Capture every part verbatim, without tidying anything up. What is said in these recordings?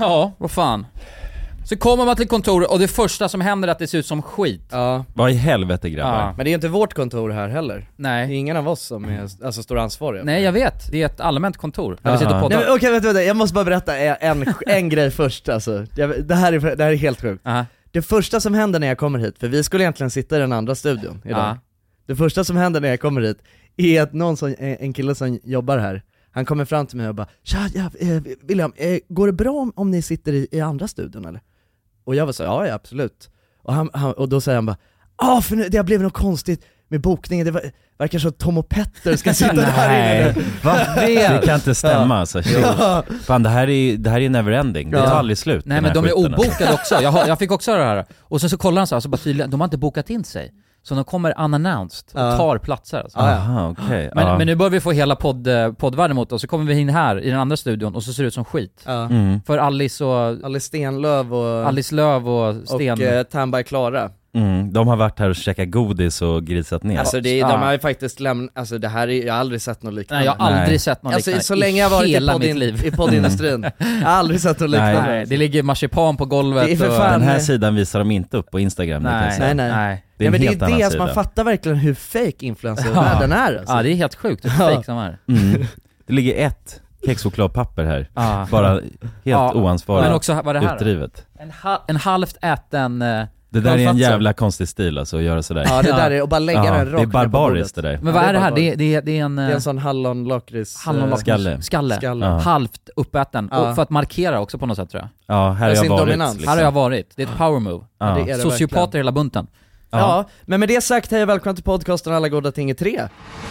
Ja, vad fan. Så kommer man till kontoret och det första som händer är att det ser ut som skit. Ja. Vad i helvete grabbar. Ja. Men det är inte vårt kontor här heller. Nej. Det är ingen av oss som är, alltså, står ansvariga. Nej, jag vet. Det är ett allmänt kontor. Där vi sitter och Nej, poddar. okej, vänta, vänta. Jag måste bara berätta en, en grej först alltså. Jag, det, här är, det här är helt sjukt. Aha. Det första som händer när jag kommer hit, för vi skulle egentligen sitta i den andra studion idag. Ja. Det första som händer när jag kommer hit är att någon som, en kille som jobbar här, han kommer fram till mig och bara Tja, ja, eh, William, eh, går det bra om, om ni sitter i, i andra studion eller? Och jag var så, ja, ja absolut. Och, han, han, och då säger han bara, ja ah, för nu, det har blivit något konstigt med bokningen, det var, verkar så att Tom och Petter ska sitta där inne. Va? Det kan inte stämma alltså. Ja. Fan, det här är det här är never ending. Det tar Ja. aldrig slut. Nej, men de är obokade också. Jag, har, jag fick också det här. Och sen så kollar han så här, så bara tydligen, de har inte bokat in sig. Så de kommer unannounced och Ja. tar platser alltså. Aha, okej. Okay. Men, ja. men nu börjar vi få hela podd, poddvärlden mot oss. Så kommer vi in här i den andra studion och så ser det ut som skit. Ja. Mm. För Alice och Alice Stenlöv och, Alice Löv och Sten. och eh, Tamberg Klara. Mm, de har varit här och käkat godis och grisat ner. Alltså det, Ja. de har ju faktiskt lämnat, alltså det här är, jag har aldrig sett något liknande. Nej, jag har aldrig Nej. sett någon Alltså liknande så länge jag har varit i, hela poddin, mitt liv. i poddindustrin. Jag har aldrig sett något Nej. liknande. Nej, det ligger marsipan på golvet. Det är för och... fan- Den här nej. sidan visar de inte upp på Instagram. det kan jag Nej, säga. Nej, nej. nej. Det är en Nej, men helt det är annan det, alltså, sida. man fattar verkligen hur fake influencer-världen är alltså. Ja, det är helt sjukt. Det är Ja. fake som är. Mm. Det ligger ett kexchokladpapper här. Ja. Bara helt Ja. oansvarigt. Men också, vad är det här? Utdrivet. En, ha- en halvt äten... eh, Det där är en Korvfatser. jävla konstig stil alltså, att göra sådär. Ja, det där är, och bara lägga Ja, den det rakt är ner på barbariskt det bordet. där. Men Ja, vad det är det är här? bara- Det är, det är, det är en... Det är eh, en sån hallonlakrits hallonlakrits- Skalle. Skalle. Skalle. Ja. Halvt uppäten. Ja. Och för att markera också på något sätt tror jag. Ja, här har Det är jag sin varit. dominans. Liksom. Här har jag varit. Det är ett power move. Ja. det är det Sociopater verkligen. hela bunten. Ja. ja, men med det sagt, hej och välkommen till podcasten Alla goda ting i tre.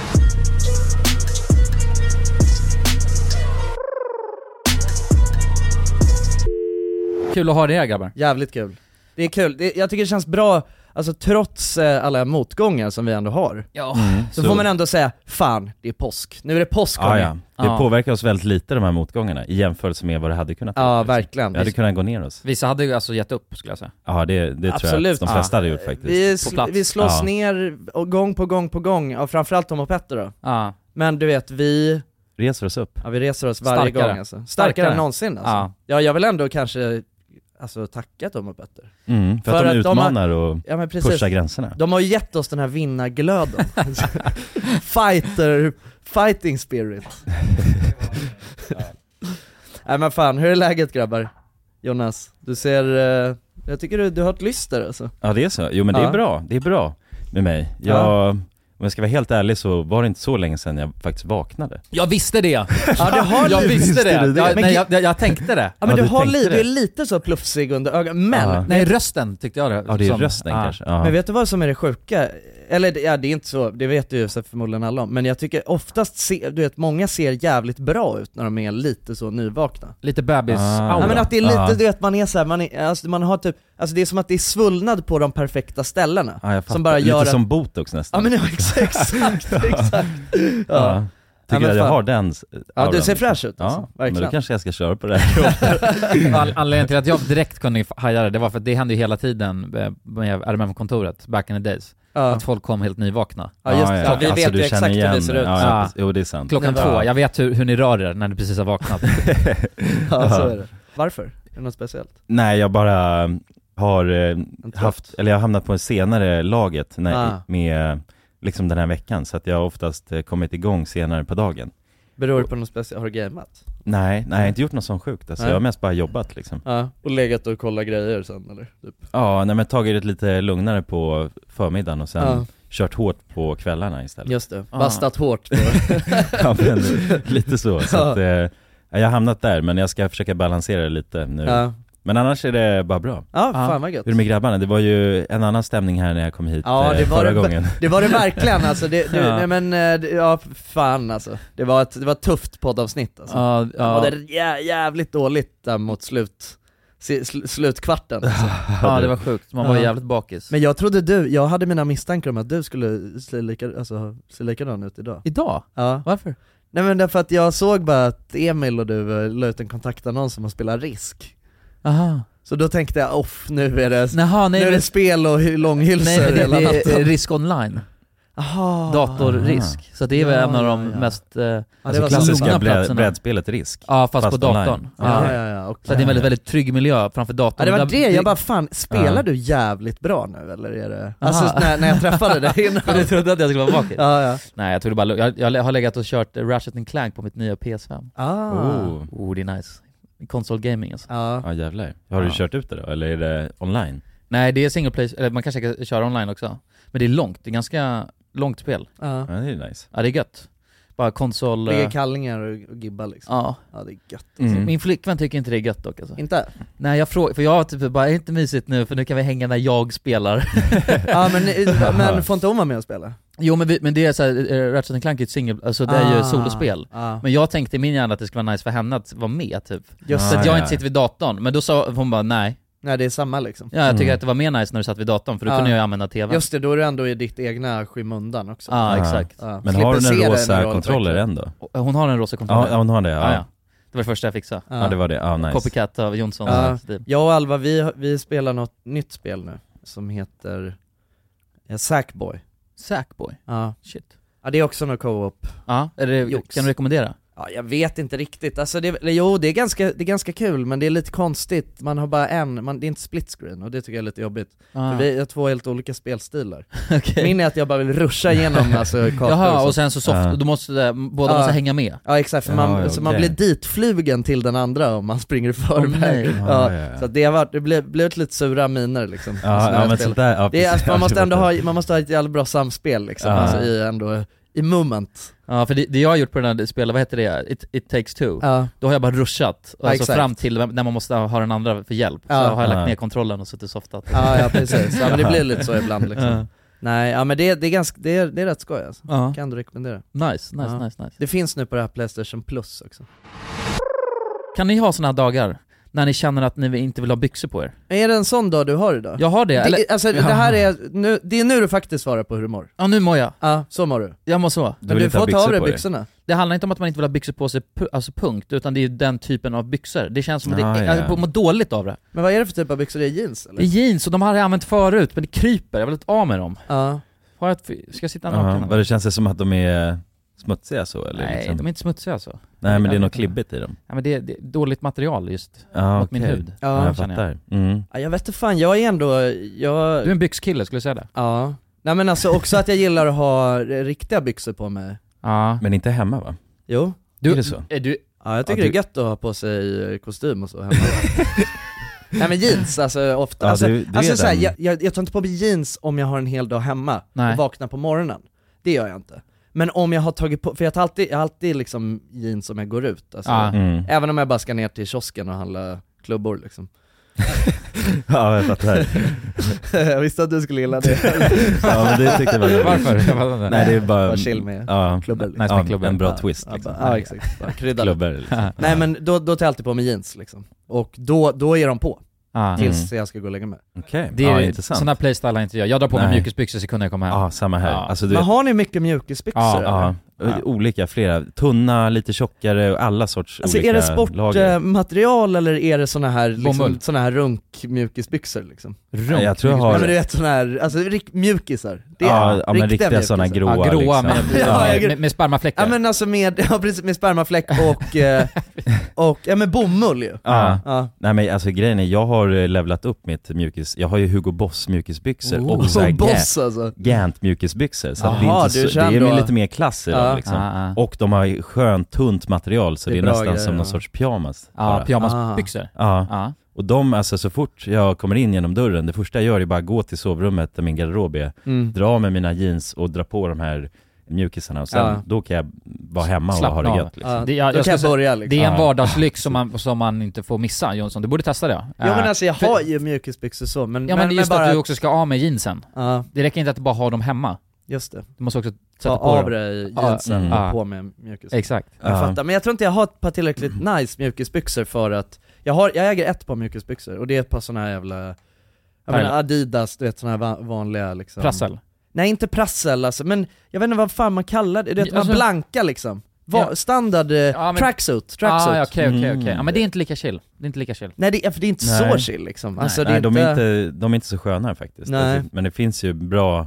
Kul att ha det här grabbar. Jävligt kul. Det är kul, det, jag tycker det känns bra, alltså trots eh, alla motgångar som vi ändå har. Ja. Mm, Så, får man ändå säga, fan, det är påsk. Nu är det påsk. Ja, hörni. ja. Det Ja. påverkar oss väldigt lite de här motgångarna i jämförelse med vad det hade kunnat Ja, vara, liksom. verkligen. Vi hade kunnat gå ner oss. Vissa hade ju alltså gett upp skulle jag säga. Ja, det, det tror jag Absolut. att de flesta Ja. hade gjort faktiskt. Vi, På sl- plats. vi slås Ja. ner och gång på gång på gång, och framförallt Tom och Petter då. Ja. Men du vet, vi, Reser oss upp. ja, vi reser oss varje Starkare. gång alltså. Starkare, Starkare. än någonsin alltså. Ja. Ja, jag vill ändå kanske, alltså tacka Tom och Petter. Mm, för, För att de att de har- utmanar och Ja men precis. pushar gränserna. De har ju gett oss den här vinnarglöden. Fighter, fighting spirit. Nej men fan, hur är läget grabbar? Jonas, du ser, uh, jag tycker du, du har ett lyster alltså. Ja, det är så. Jo, men det Ja. är bra. Det är bra med mig. Jag, Ja. om jag ska vara helt ärlig så var det inte så länge sedan jag faktiskt vaknade. Jag visste det. Ja, du har Jag lite- visste det. du det? Jag, Men nej, ge- jag, jag, jag tänkte det. Ja men Ja, du, du har tänkte li- det. du är lite så plufsig under ögonen, men, Ja. Nej, rösten tyckte jag det. Ja, det är som- rösten ja. kanske. Ja. men vet du vad som är det sjuka? Eller ja, det är inte så, det vet du ju så förmodligen alla om, men jag tycker oftast, se, du vet, många ser jävligt bra ut när de är lite så nyvakna. Lite bebis Ah. Ja men att det är lite, Ja. du vet, man är så här, man, är, alltså, man har typ, alltså det är som att det är svullnad på de perfekta ställena. Ja, jag fattar. som bara Lite gör att- som botox nästan. Ja men ja, exakt, exakt, exakt. Ja. Ja. Tycker Ja, men att jag fan. har den s- Ja, du auran, ser liksom. fräsch ut alltså, Ja, men verkligen. då kanske jag ska köra på det här. All, anledningen till att jag direkt kunde haja det, det var för att det hände ju hela tiden eh, med R M M-kontoret, back in the days. Ja. Att folk kom helt nyvakna. Ja just det, ja, vi Alltså, vet du ju känner exakt hur igen- det ser ut. Ja, Ja. ja. Jo, det är sant. Klockan Nej, två, ja. jag vet hur, hur ni rör er när ni precis har vaknat. Ja, så är det. Varför? Är det något speciellt? Nej, jag bara har eh, trött. haft, eller jag har hamnat på en senare laget när, Ah. med liksom den här veckan, så att jag har oftast eh, kommit igång senare på dagen. Beror det på något speciellt? Har du gameat? Nej, nej, jag har inte gjort något sånt sjukt. Alltså, Nej. jag har mest bara jobbat liksom. Ja, och legat och kollat grejer sen eller? Typ. Ja, nej, men tagit det lite lugnare på förmiddagen och sen Ja. kört hårt på kvällarna istället. Just det, Ah. bastat hårt på. Ja, men lite så. Så Ja. att, eh, jag har hamnat där, men jag ska försöka balansera det lite nu. Ja, Men annars är det bara bra. ja Ja. fan vad gött. Hur är det med grabbarna? Det var ju en annan stämning här när jag kom hit Ja, eh, det var förra det, gången. det var det verkligen alltså, det, du, Ja. nej men, eh, det- ja fan alltså. Det var ett, det var ett tufft poddavsnitt alltså. Ja, Ja. ja. Det var jä, jävligt dåligt där mot slut, si- sl, slutkvarten alltså. ja, det var sjukt. Man var Ja. jävligt bakis. Men jag trodde du, jag hade mina misstankar om att du skulle se, lika, alltså, se likadan ut idag. Idag? Ja. Varför? Nej men därför att jag såg bara att Emil och du eh, la ut en kontaktannons om att spela Risk. Aha. Så då tänkte jag, off, nu är det, Naha, nej, nu är men, det spel och hy- långhylsor nej, men det, hela det är natten. Risk online. Aha. datorrisk. Aha. Så det är väl Ja, en av ja, de ja. mest eh, Ja, det Alltså var så klassiska lugna blä, platserna. brädspelet Risk. Ja, fast, Fast på online. datorn. Ja, Ja. ja, ja, okay. Så det är en väldigt, väldigt trygg miljö framför datorn. Ja, det var Där- det, jag bara fan, spelar Ja. du jävligt bra nu eller är det... Aha. Alltså när, när jag träffade dig innan. För du trodde att jag skulle vara vaken? Ja, ja. Nej, jag tog det bara lugnt. jag, jag har legat och kört Ratchet and Clank på mitt nya P S fem. Ah. Oh. Oh, det är nice. Console gaming alltså. Ja. Ja jävlar. Har du Ja. kört ut det då? Eller är det online? Nej, det är single play, eller man kanske kan köra online också. Men det är långt, det är ganska långt spel. Ja. Ja det är nice. Ja, det är gött. Bara konsol... Ligger eh, kallingar och, och gibbar liksom. Ja. Ja, det är gött. Mm. Min flickvän tycker inte det är gött dock alltså. Inte? Nej, jag frågar, för jag har typ bara, är det inte mysigt nu för nu kan vi hänga när jag spelar. Ja men, men får inte hon vara med och spela? Jo men, vi, men det är så här, eh, Ratchet and Clank är ett single, alltså det är ju Ah. solospel. Ja. Men jag tänkte i min hjärna att det skulle vara nice för henne att vara med typ. Just Så Ah, att jag ja. inte sitter vid datorn, men då sa hon bara nej. Nej det är samma liksom. Ja, jag tycker Mm. att det var mer nice när du satt vid datorn för då Ja. kunde jag ju använda tvn. Just det, då är du ändå i ditt egna skymundan också. Ja, Ah. exakt. Ja. Men Slipper har du se en dig när rosa du har kontroller ett ändå? Och hon har en rosa kontroll. Ja, ja hon har det, ja, ja. ja. Det var det första jag fixade. Ja. Ja det var det, ja nice. Copycat av Jonsson. Ja. Steam. Jag och Alva, vi, vi spelar något nytt spel nu som heter ja, Sackboy. Sackboy. Ja. Shit. Ja, det är också något co-op. Ja, är det, Jox. kan du rekommendera? Ja, jag vet inte riktigt, alltså det, eller, jo det är, ganska, det är ganska kul men det är lite konstigt, man har bara en, man, det är inte split screen och det tycker jag är lite jobbigt. Ah. För vi har två helt olika spelstilar. Okej. Min är att jag bara vill ruscha igenom alltså, kartor Jaha, och och så. sen så soft, Ja. då måste det, båda Ja. måste hänga med. Ja exakt, för man, Ja, så man okej. blir ditflugen till den andra om man springer i förväg. nej. ja, Ja, ja, ja. Så att det har varit, det blev, blev lite sura miner liksom. Ja, när ja jag men spelar. sånt där, ja, Det är, alltså, man precis. måste ändå ha, man måste ha ett jävla bra samspel liksom, Ja. alltså i ändå, i moment. Ja, för det, det jag har gjort på den här spelet, vad heter det? It, it takes two. Ja. Då har jag bara rushat, Ja, alltså exakt. fram till när man måste ha den andra för hjälp. Ja. Så har jag lagt Ja. ner kontrollen och suttit och softat. Ja, ja precis, ja, men det blir lite så ibland liksom. Ja. Nej, ja men det, det är ganska, det är, det är rätt skoj alltså. Ja. Kan du rekommendera. Nice, nice, Ja. nice, nice. Det finns nu på det här Playstation Plus också. Kan ni ha såna här dagar när ni känner att ni inte vill ha byxor på er? Är det en sån dag du har idag? Jag har det, det, eller? alltså det här är, nu, det är nu du faktiskt svarar på hur du mår. Ja, nu mår jag. Ja, så mår du. Jag mår så. Du Men vill du inte ha får ta av byxor dig på dig? byxorna. Det handlar inte om att man inte vill ha byxor på sig, pu- alltså punkt, utan det är den typen av byxor. Det känns som att Ah, det, ja. jag mår dåligt av det. Men vad är det för typ av byxor? Det är jeans eller? Det är jeans, och de har jag använt förut, men det kryper, jag vill inte av med dem. Ja. Har jag ett, ska jag sitta Ja, naken? vad det känns det som att de är smutsiga så eller? Nej, liksom? de är inte smutsiga alltså. Nej men det är Jag något vet inte. klibbigt i dem. Ja, men det är, det är dåligt material just Ja, mot min okej. hud. Ja, Ja, jag känner fattar. Mm. Ja, jag vet inte fan, jag är ändå, jag... Du är en byxkille, skulle jag säga det? Ja. Nej men alltså också att jag gillar att ha riktiga byxor på mig. Ja. Men inte hemma va? Jo. Du, Är det så? Är du, Ja, jag tycker Ja, du- det är gött att ha på sig kostym och så hemma. Nej men jeans, alltså ofta, Ja, alltså, du- du alltså är så här, den- jag, jag, jag tar inte på mig jeans om jag har en hel dag hemma Nej. och vaknar på morgonen. Det gör jag inte. Men om jag har tagit på, för jag tar alltid, jag har alltid liksom jeans om jag går ut, alltså, Ja. Mm. även om jag bara ska ner till kiosken och handla klubbor liksom. Ja jag fattar. Jag visste att du skulle gilla det. Ja men det tyckte jag var varför? Jag fattar inte. Nej det är bara, Bara chill med ja, klubbor. Nice med ja, klubbor. en bra Ja, twist ja, liksom. bara- ja exakt, bara krydda lite. Klubbor liksom. Nej men då, då tar jag alltid på mig jeans liksom. Och då, då är de på, Ja. tills jag ska gå och lägga mig. Okej, Det ja är intressant. sån här playstyle har inte jag. Jag drar på mig Nej. mjukisbyxor sekunder jag kommer hem. Ja samma här, Ja. alltså du Men vet, har ni mycket mjukisbyxor Ja, eller? ja, Ja. olika, flera, tunna, lite tjockare och alla sorts Alltså olika är det lager. sportmaterial eller är det såna här, liksom, Bomull. såna här runkmjukisbyxor liksom? Ja, jag tror jag har- Ja men du vet såna här, alltså rik- mjukisar. Det är Ja, ja men riktiga sådana mjukisar. gråa, Ja, gråa liksom. med, Ja, med, jag- med, med spermafläckar. Ja men alltså med, ja precis, med spermafläck och, eh, och, ja med bomull ju. Ja. Ja. Nej men alltså grejen är, jag har eh, levlat upp mitt mjukis, jag har ju Hugo Boss mjukisbyxor Oh. och så här Och Ga- boss alltså. Gant mjukisbyxor, så att det Jaha, är, inte du så, det känner är då- lite mer klass i dem Ja. liksom. Ja, ja. Och de har skönt tunt material så Det det är är, bra nästan grejer, som någon ja. sorts pyjamas Ja, bara. pyjamasbyxor. Ja. Ja. Och de, alltså så fort jag kommer in genom dörren, det första jag gör är bara gå till sovrummet där min garderob är, Mm. dra av med mina jeans och dra på de här mjukisarna och sen Ja. då kan jag vara hemma och Slappna ha det av. gött liksom. Ja. Det- jag- Då jag kan jag ska säga- börja liksom. Det är en Ja. vardagslyx som man, som man inte får missa, Jonsson. Du borde testa det. Jo men Eh, alltså jag för- har ju mjukisbyxor så, men, Ja men det är just bara, att du också ska av med jeansen. Ja, Det räcker inte att du bara har dem hemma. just det. Du måste också Ta sätta på av dem. dig Ja, jeansen mm. och Ja. på med mjukis. Exakt. Jag Ja. fattar, men jag tror inte jag har ett par tillräckligt nice mjukisbyxor för att jag, har, jag äger ett par mjukisbyxor och det är ett par såna här jävla, jag Pärla. menar Adidas, du vet såna här va- vanliga liksom. Prassel. Nej inte prassel alltså, men jag vet inte vad fan man kallar det, du vet Ja, de alltså- blanka liksom. Va- Ja. Standard eh, Ja, men- tracksuit, tracksuit. Ah, ja, okej okej okej. Ja Mm. men det är inte lika chill. Det är inte lika chill. Nej det, är- för det är inte Nej. så chill liksom. Alltså, det Nej är de, inte... är inte, de är inte så sköna faktiskt. Nej. Alltså, men det finns ju bra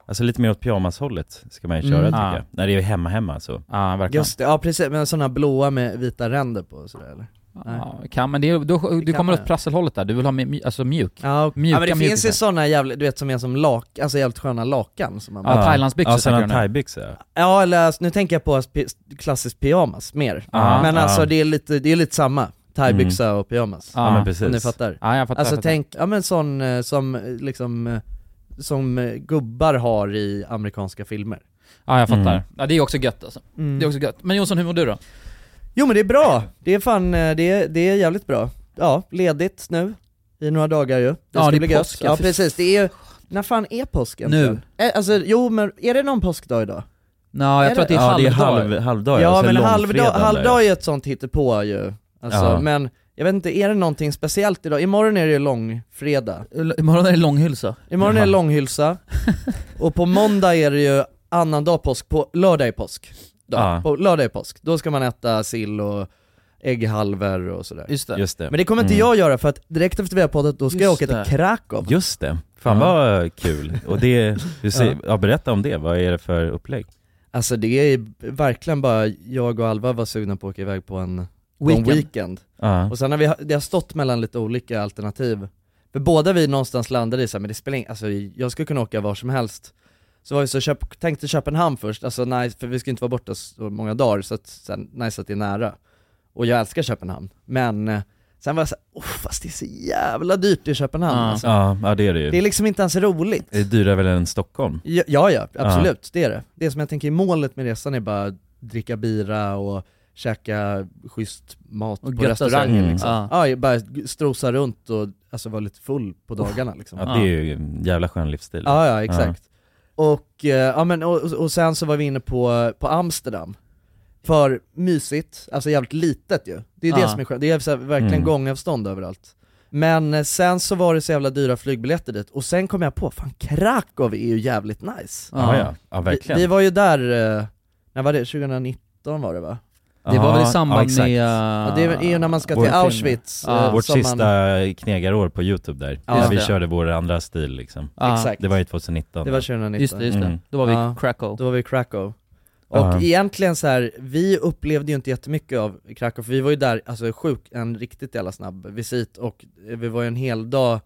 Alltså lite mer åt pyjamashållet ska man ju köra Mm. tycker Ja. jag. När det är hemma hemma så. Ja, verkligen. Just det, ja precis, men sådana blåa med vita ränder på och sådär eller? Ja, kan, men det, är- då, du kan kommer man. åt prasselhållet där. Du vill ha mj- alltså mjuk. Ja, och, Mjuka ja men det finns ju mjukisar. sådana jävla, du vet som är som lak, alltså jävligt sköna lakan som man Ja, thailandsbyxor Ja, tänker sådana du nu. thaibyxor. Ja. Ja eller alltså, nu tänker jag på p- klassisk pyjamas mer. Ja, Men ja. alltså det är lite, det är lite samma, thaibyxa och pyjamas. Ja, Ja, men Om ni precis. fattar. Ja, jag fattar. Alltså jag fattar. tänk, ja men sån eh, som eh, liksom eh, som eh, gubbar har i amerikanska filmer. Ja, jag fattar. Mm. Ja, det är också gött alltså. Mm. Det är också gött. Men Jonsson, hur mår du då? Jo men det är bra, det är fan, eh, det är, det är jävligt bra. Ja, ledigt nu i några dagar ju. Det Ja, ska det är bli gött. påsk, Ja fy precis, det är, när fan är påsken? Nu. Eh, alltså jo men är det någon påskdag idag? Nå, jag Är tror att det är Ja, det är halvdag. halv, halvdag. Ja, och sen men halvdag, långfredagen där. halvdag är ett sånt hittepå ju. Alltså, Ja. men jag vet inte, är det någonting speciellt idag? Imorgon är det ju långfredag. Imorgon är det långhylsa. Imorgon är det Jaha. långhylsa. Och på måndag är det ju annandag påsk, på lördag är påsk. Då. Ja. På lördag är påsk. Då ska man äta sill och ägghalvor och sådär. Just det. Just det. Men det kommer inte Mm. jag göra för att direkt efter vi har poddat då ska Just jag åka det. till Krakow. Just det. Fan Ja. vad kul. Och det, du säger, ja. berätta om det. Vad är det för upplägg? Alltså det är verkligen bara, jag och Alva var sugna på att åka iväg på en på Weekend. en weekend. Ja. Och sen har vi, det har stått mellan lite olika alternativ. För båda vi någonstans landade i så här, men det spelar ing, alltså jag skulle kunna åka var som helst. Så var vi så köp, tänkte Köpenhamn först, alltså nice, för vi ska inte vara borta så många dagar, så att, sen, nice att det är nära. Och jag älskar Köpenhamn, men eh, sen var jag så här, oh, fast det är så jävla dyrt i Köpenhamn Ja. alltså. Ja, ja, det är det ju. Det är liksom inte ens roligt. Det är dyrare väl än Stockholm? Ja, ja, ja absolut, det är det. Det som jag tänker, målet med resan är bara dricka bira och käka schysst mat Och på götta sig. restaurangen Mm. liksom. Ja. Ja, bara strosa runt och alltså vara lite full på dagarna liksom. Ja, det är ju en jävla skön livsstil. Ja, ja, exakt. Och, eh, ja, men, och, och sen så var vi inne på, på Amsterdam. För mysigt, alltså jävligt litet ju. Det är ju Ja. det som är skönt, det är så här, verkligen Mm. gångavstånd överallt. Men eh, sen så var det så jävla dyra flygbiljetter dit, och sen kom jag på, fan Krakow är ju jävligt nice. Ja, ja, ja Vi, verkligen. vi var ju där, eh, när var det? tjugonitton var det va? Det var väl i Ja, samband ja, exakt. med... Ja, det är ju när man ska Vår till film. Auschwitz. Ja. eh, Vårt som sista man, knegarår på YouTube där. Ja, Ja, vi det. körde vår andra stil liksom. Ja, exakt. Det var ju tjugonitton. Det var tjugonitton. Just det, just det. Mm. Då var vi Ja. i Krakow. Då var vi i Krakow. Och Ja. egentligen så här, vi upplevde ju inte jättemycket av Krakow, för vi var ju där, alltså sjuk, en riktigt jävla snabb visit, och vi var ju en hel dag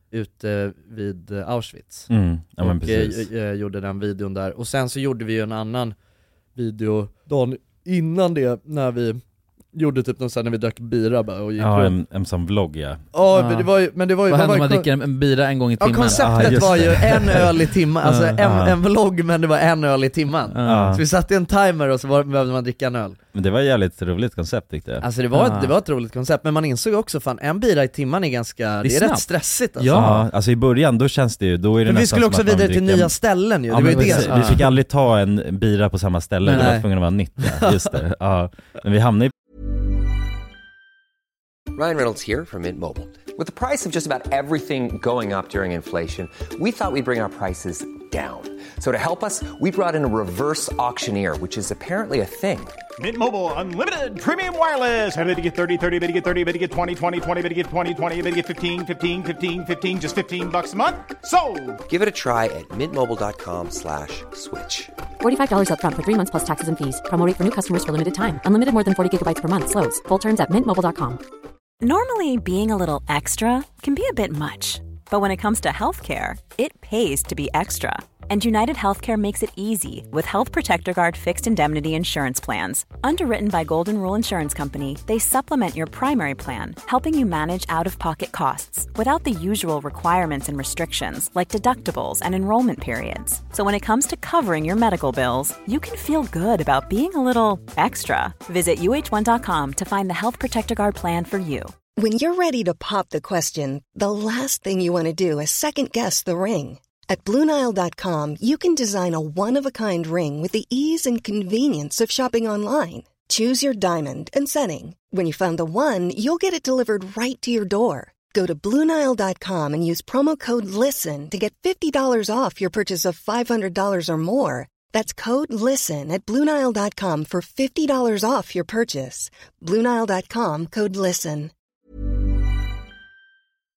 ute vid eh, Auschwitz. Mm. Ja, men och precis. eh, eh, gjorde den videon där, och sen så gjorde vi ju en annan video dagen innan det, när vi gjorde typ något sånt, när vi drack bira bara och gick Ja, runt. en, en sån vlogg ja. Ja, Ja. men det var ju, men det var ju, Vad vad händer var om man ju dricker en bira en gång i Ja, timmen? Ja, konceptet just var ju det. en öl i timmen, alltså en, Ja. en vlogg, men det var en öl i timmen. Ja. Så vi satte en timer och så var, behövde man dricka en öl. Men det var ett jävligt roligt koncept tyckte jag. Alltså det var, Ja. det var ett roligt koncept, men man insåg också, fan en bira i timman är ganska, det är, snabbt. rätt stressigt alltså. Ja, alltså i början då känns det ju, då är det Men vi nästan skulle som också att man vidare till dricker- nya ställen ju, Ja, det var ju men det precis. som... Vi fick aldrig ta en bira på samma ställe, det Nej. var tvungen att vara nytt, ja. Just det. Ja. Men vi hamnade i Ryan Reynolds here from Mint Mobile. With the price of just about everything going up during inflation, we thought we'd bring our prices down. So to help us, we brought in a reverse auctioneer, which is apparently a thing. Mint Mobile Unlimited Premium Wireless. How to get thirty, thirty, how to get thirty, how to get twenty, twenty, twenty, how to get twenty, twenty, how to get fifteen, fifteen, fifteen, fifteen, just fifteen bucks a month? Sold! Give it a try at mintmobile.com slash switch. forty-five dollars up front for three months plus taxes and fees. Promo rate for new customers for limited time. Unlimited more than forty gigabytes per month. Slows full terms at mint mobile dot com. Normally, being a little extra can be a bit much, but when it comes to healthcare, it pays to be extra. And United Healthcare makes it easy with Health Protector Guard fixed indemnity insurance plans. Underwritten by Golden Rule Insurance Company, they supplement your primary plan, helping you manage out-of-pocket costs without the usual requirements and restrictions like deductibles and enrollment periods. So when it comes to covering your medical bills, you can feel good about being a little extra. Visit U H one dot com to find the Health Protector Guard plan for you. When you're ready to pop the question, the last thing you want to do is second-guess the ring. At Blue Nile dot com, you can design a one-of-a-kind ring with the ease and convenience of shopping online. Choose your diamond and setting. When you find the one, you'll get it delivered right to your door. Go to Blue Nile dot com and use promo code LISTEN to get fifty dollars off your purchase of five hundred dollars or more. That's code LISTEN at Blue Nile dot com for fifty dollars off your purchase. Blue Nile dot com, code LISTEN.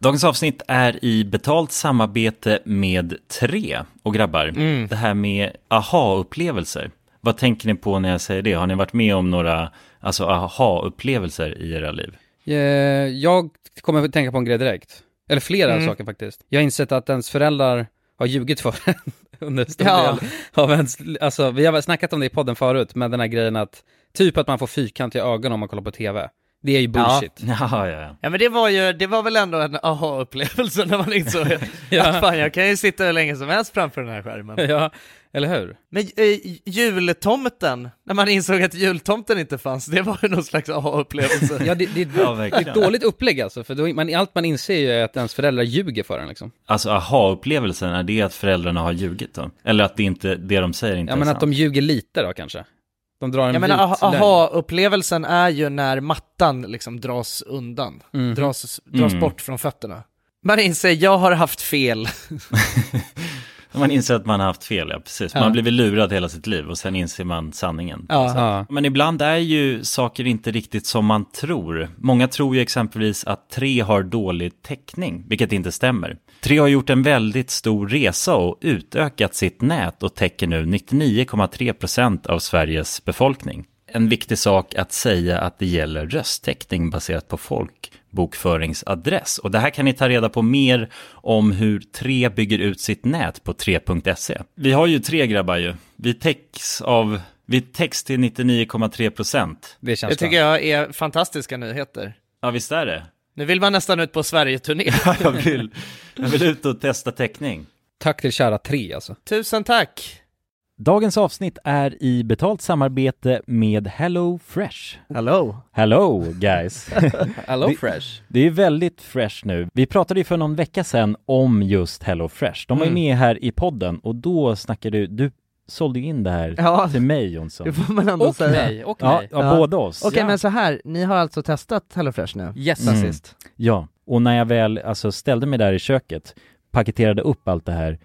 Dagens avsnitt är i betalt samarbete med Tre. Och grabbar, mm. det här med aha-upplevelser. Vad tänker ni på när jag säger det? Har ni varit med om några alltså, aha-upplevelser i era liv? Jag kommer att tänka på en grej direkt. Eller flera Mm. saker faktiskt. Jag har insett att ens föräldrar har ljugit för en under stor Ja. del av ens, alltså, vi har snackat om det i podden förut, med den här grejen att typ att man får fyrkantiga ögon om man kollar på tv. Det är ju bullshit. Ja, ja, ja. Ja men det var ju, det var väl ändå en aha-upplevelse när man insåg Ja. att fan jag kan ju sitta hur länge som helst framför den här skärmen. Ja, eller hur? Men äh, jultomten, när man insåg att jultomten inte fanns, det var ju någon slags aha-upplevelse. Ja, det, det, Ja, det är verkligen. ett dåligt upplägg alltså, för då, man, allt man inser ju är att ens föräldrar ljuger för en liksom. Alltså aha-upplevelsen, är det att föräldrarna har ljugit då? Eller att det inte, det de säger inte Ja, är men sant? att de ljuger lite då kanske. De drar en Jag vit menar, aha- lögn. aha-upplevelsen är ju när mattan liksom dras undan, Mhm. dras, dras Mm. bort från fötterna. Man inser, jag har haft fel. Man inser att man har haft fel, ja precis. Man Ja. har blivit lurad hela sitt liv och sen inser man sanningen. Ja. Ja. Men ibland är ju saker inte riktigt som man tror. Många tror ju exempelvis att Tre har dålig täckning, vilket inte stämmer. Tre har gjort en väldigt stor resa och utökat sitt nät och täcker nu nittionio komma tre procent av Sveriges befolkning. En viktig sak att säga att det gäller rösttäckning baserat på folkbokföringsadress. Och det här kan ni ta reda på mer om hur Tre bygger ut sitt nät på tre punkt se. Vi har ju Tre grabbar ju. Vi täcks av... Vi täcks till nittionio komma tre procent. Det känns Det tycker jag är fantastiska nyheter. Ja, visst är det. Nu vill man nästan ut på Sverige-turné. jag, vill, jag vill ut och testa täckning. Tack till kära Tre alltså. Tusen tack! Dagens avsnitt är i betalt samarbete med Hello Fresh. Hello! Hello guys! Hello Det- Fresh. Det är väldigt fresh nu. Vi pratade ju för någon vecka sedan om just Hello Fresh. De var ju Mm. med här i podden och då snackade du, du sålde in det här Ja, till mig Jonsson. det får man ändå Och säga. mig, och Ja, mig. ja, Ja. båda oss. Okej, Ja. men så här, ni har alltså testat HelloFresh nu? Yes. Sen Mm. sist. Ja, och när jag väl alltså, ställde mig där i köket, paketerade upp allt det här,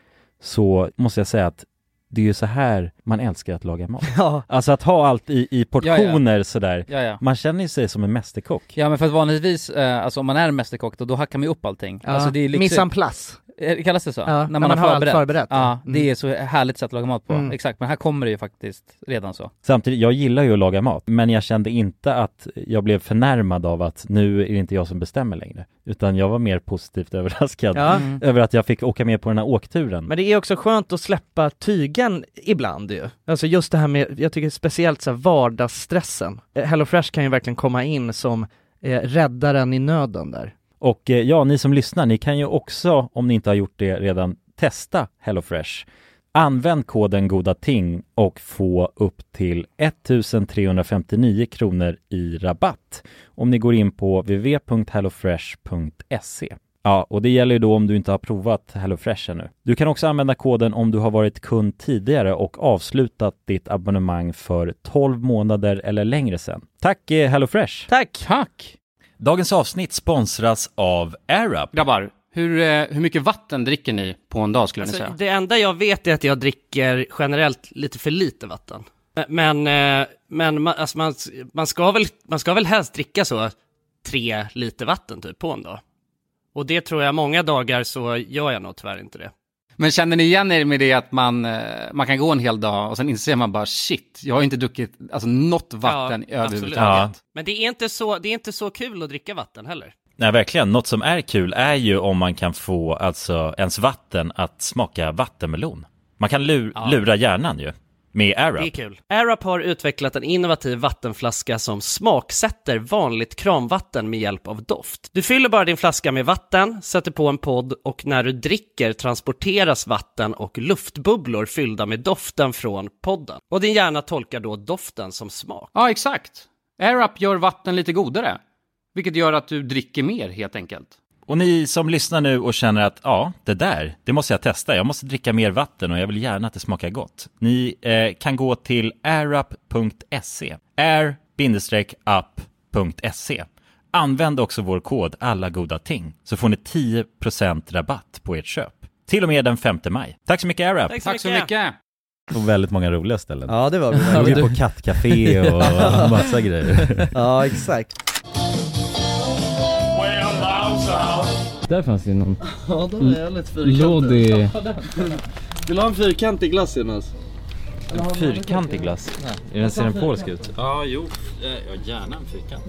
så måste jag säga att det är ju så här man älskar att laga mat. Ja. Alltså att ha allt i, i portioner sådär. Ja, ja. Man känner ju sig som en mästerkock. Ja, men för att vanligtvis, eh, alltså om man är en mästerkock då, då hackar man ju upp allting. Ja. Alltså det är liksom, Mise en place. eh, kallas det så? Ja, när man har allt förberett. Ja, Mm. det är så härligt sätt att laga mat på. Mm. Exakt, men här kommer det ju faktiskt redan så. Samtidigt, jag gillar ju att laga mat, men jag kände inte att jag blev förnärmad av att nu är det inte jag som bestämmer längre. Utan jag var mer positivt överraskad Ja. Mm. över att jag fick åka med på den här åkturen. Men det är också skönt att släppa tygen ibland ju. Alltså just det här med, jag tycker speciellt så här vardagsstressen. Eh, HelloFresh kan ju verkligen komma in som eh, räddaren i nöden där. Och eh, ja, ni som lyssnar, ni kan ju också, om ni inte har gjort det redan, testa HelloFresh. Använd koden GODATING och få upp till ettusentrehundrafemtionio kronor i rabatt om ni går in på w w w punkt hellofresh punkt se. Ja, och det gäller ju då om du inte har provat HelloFresh ännu. Du kan också använda koden om du har varit kund tidigare och avslutat ditt abonnemang för tolv månader eller längre sedan. Tack eh, HelloFresh! Tack! Tack! Dagens avsnitt sponsras av AirUp. Grabbar, hur, eh, hur mycket vatten dricker ni på en dag skulle ni Alltså, säga? det enda jag vet är att jag dricker generellt lite för lite vatten. Men, eh, men man, alltså man, man, ska väl, man ska väl helst dricka så tre liter vatten typ på en dag. Och det tror jag många dagar så gör jag nog tyvärr inte det. Men känner ni igen er med det att man, eh, man kan gå en hel dag och sen inser man bara shit, jag har inte druckit alltså, något vatten Ja, överhuvudtaget. Ja. Men det är, inte så, det är inte så kul att dricka vatten heller. Nej, verkligen. Något som är kul är ju om man kan få alltså ens vatten att smaka vattenmelon. Man kan lur, Ja. lura hjärnan ju med Det är AirUp. kul. AirUp har utvecklat en innovativ vattenflaska som smaksätter vanligt kranvatten med hjälp av doft. Du fyller bara din flaska med vatten, sätter på en podd och när du dricker transporteras vatten och luftbubblor fyllda med doften från podden. Och din hjärna tolkar då doften som smak. Ja, exakt. AirUp gör vatten lite godare, vilket gör att du dricker mer helt enkelt. Och ni som lyssnar nu och känner att ja, det där, det måste jag testa. Jag måste dricka mer vatten och jag vill gärna att det smakar gott. Ni eh, kan gå till airup punkt se. air up punkt se. Använd också vår kod alla goda ting så får ni tio procent rabatt på ert köp. Till och med den femte maj. Tack så mycket AirUp. Tack Tack så mycket. På väldigt många roliga ställen. Ja, det var vi. Jag var på kattcafé och massa grejer. Ja, exakt. där fanns ju någon. Ja, de är jävligt fyrkantig. Lodi. Vill du ha en fyrkantig glass, Jonas? En fyrkantig glass? Är den ser den polsk ut? Ja, jo. Ja, gärna en fyrkant.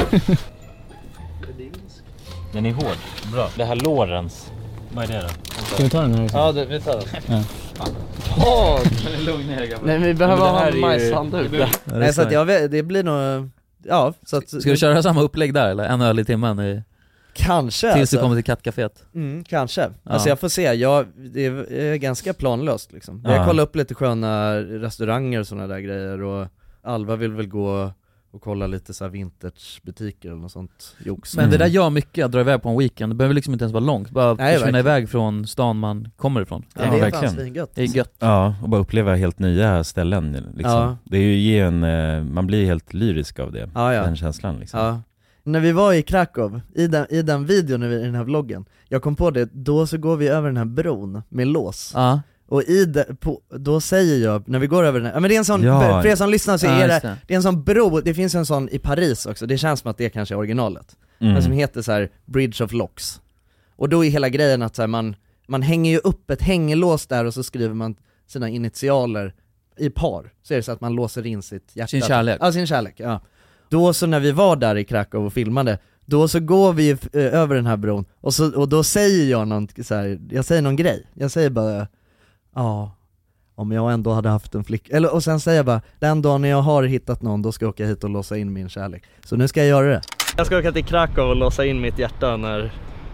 Den är hård. Bra. Det här Lorentz. Vad är det då? Ska vi ta den här också? Ja, det, vi tar den. Ja. Åh! Lugn ner, grabbar. Nej, vi behöver Men det ha här en är majshandduk. ju- Nej, så att jag vet, det blir nog... Ja, så att... Ska du köra samma upplägg där eller? En öl i timmen i... Kanske Tills alltså. du kommer till kattcaféet. Mm, kanske. Ja. Alltså jag får se, jag, det är ganska planlöst liksom. Jag Ja. kollar upp lite sköna restauranger och såna där grejer, och Alva vill väl gå och kolla lite så här vintagebutiker eller något sånt jox. Men det där gör mycket att dra iväg på en weekend. Det behöver liksom inte ens vara långt. Bara Nej, försvinna verkligen. iväg från stan man kommer ifrån. Ja, Ja, det är fan verkligen. svingött. Det är gött. Ja, och bara uppleva helt nya ställen liksom. Ja. Det är ju ge en, eh, man blir helt lyrisk av det. Ja, ja. Den känslan liksom. Ja. När vi var i Krakow, i den, i den videon, i den här vloggen, jag kom på det, då så går vi över den här bron med lås. Ja. Och i de, på, då säger jag, när vi går över den här, ja men det är en sån, Ja. för er som lyssnar så Ja, är just det, det. det är en sån bro, det finns en sån i Paris också, det känns som att det kanske är originalet. Mm. Men som heter så här Bridge of Locks. Och då är hela grejen att så här, man, man hänger ju upp ett hängelås där och så skriver man sina initialer i par. Så är det så att man låser in sitt hjärta. Sin kärlek. Ja, sin kärlek, ja. Då så när vi var där i Krakow och filmade, då så går vi eh, över den här bron och, så, och då säger jag någon så här, jag säger någon grej. Jag säger bara, ja, om jag ändå hade haft en flick, eller, och sen säger jag bara, den dagen när jag har hittat någon, då ska jag åka hit och låsa in min kärlek. Så nu ska jag göra det. Jag ska åka till Krakow och låsa in mitt hjärta när,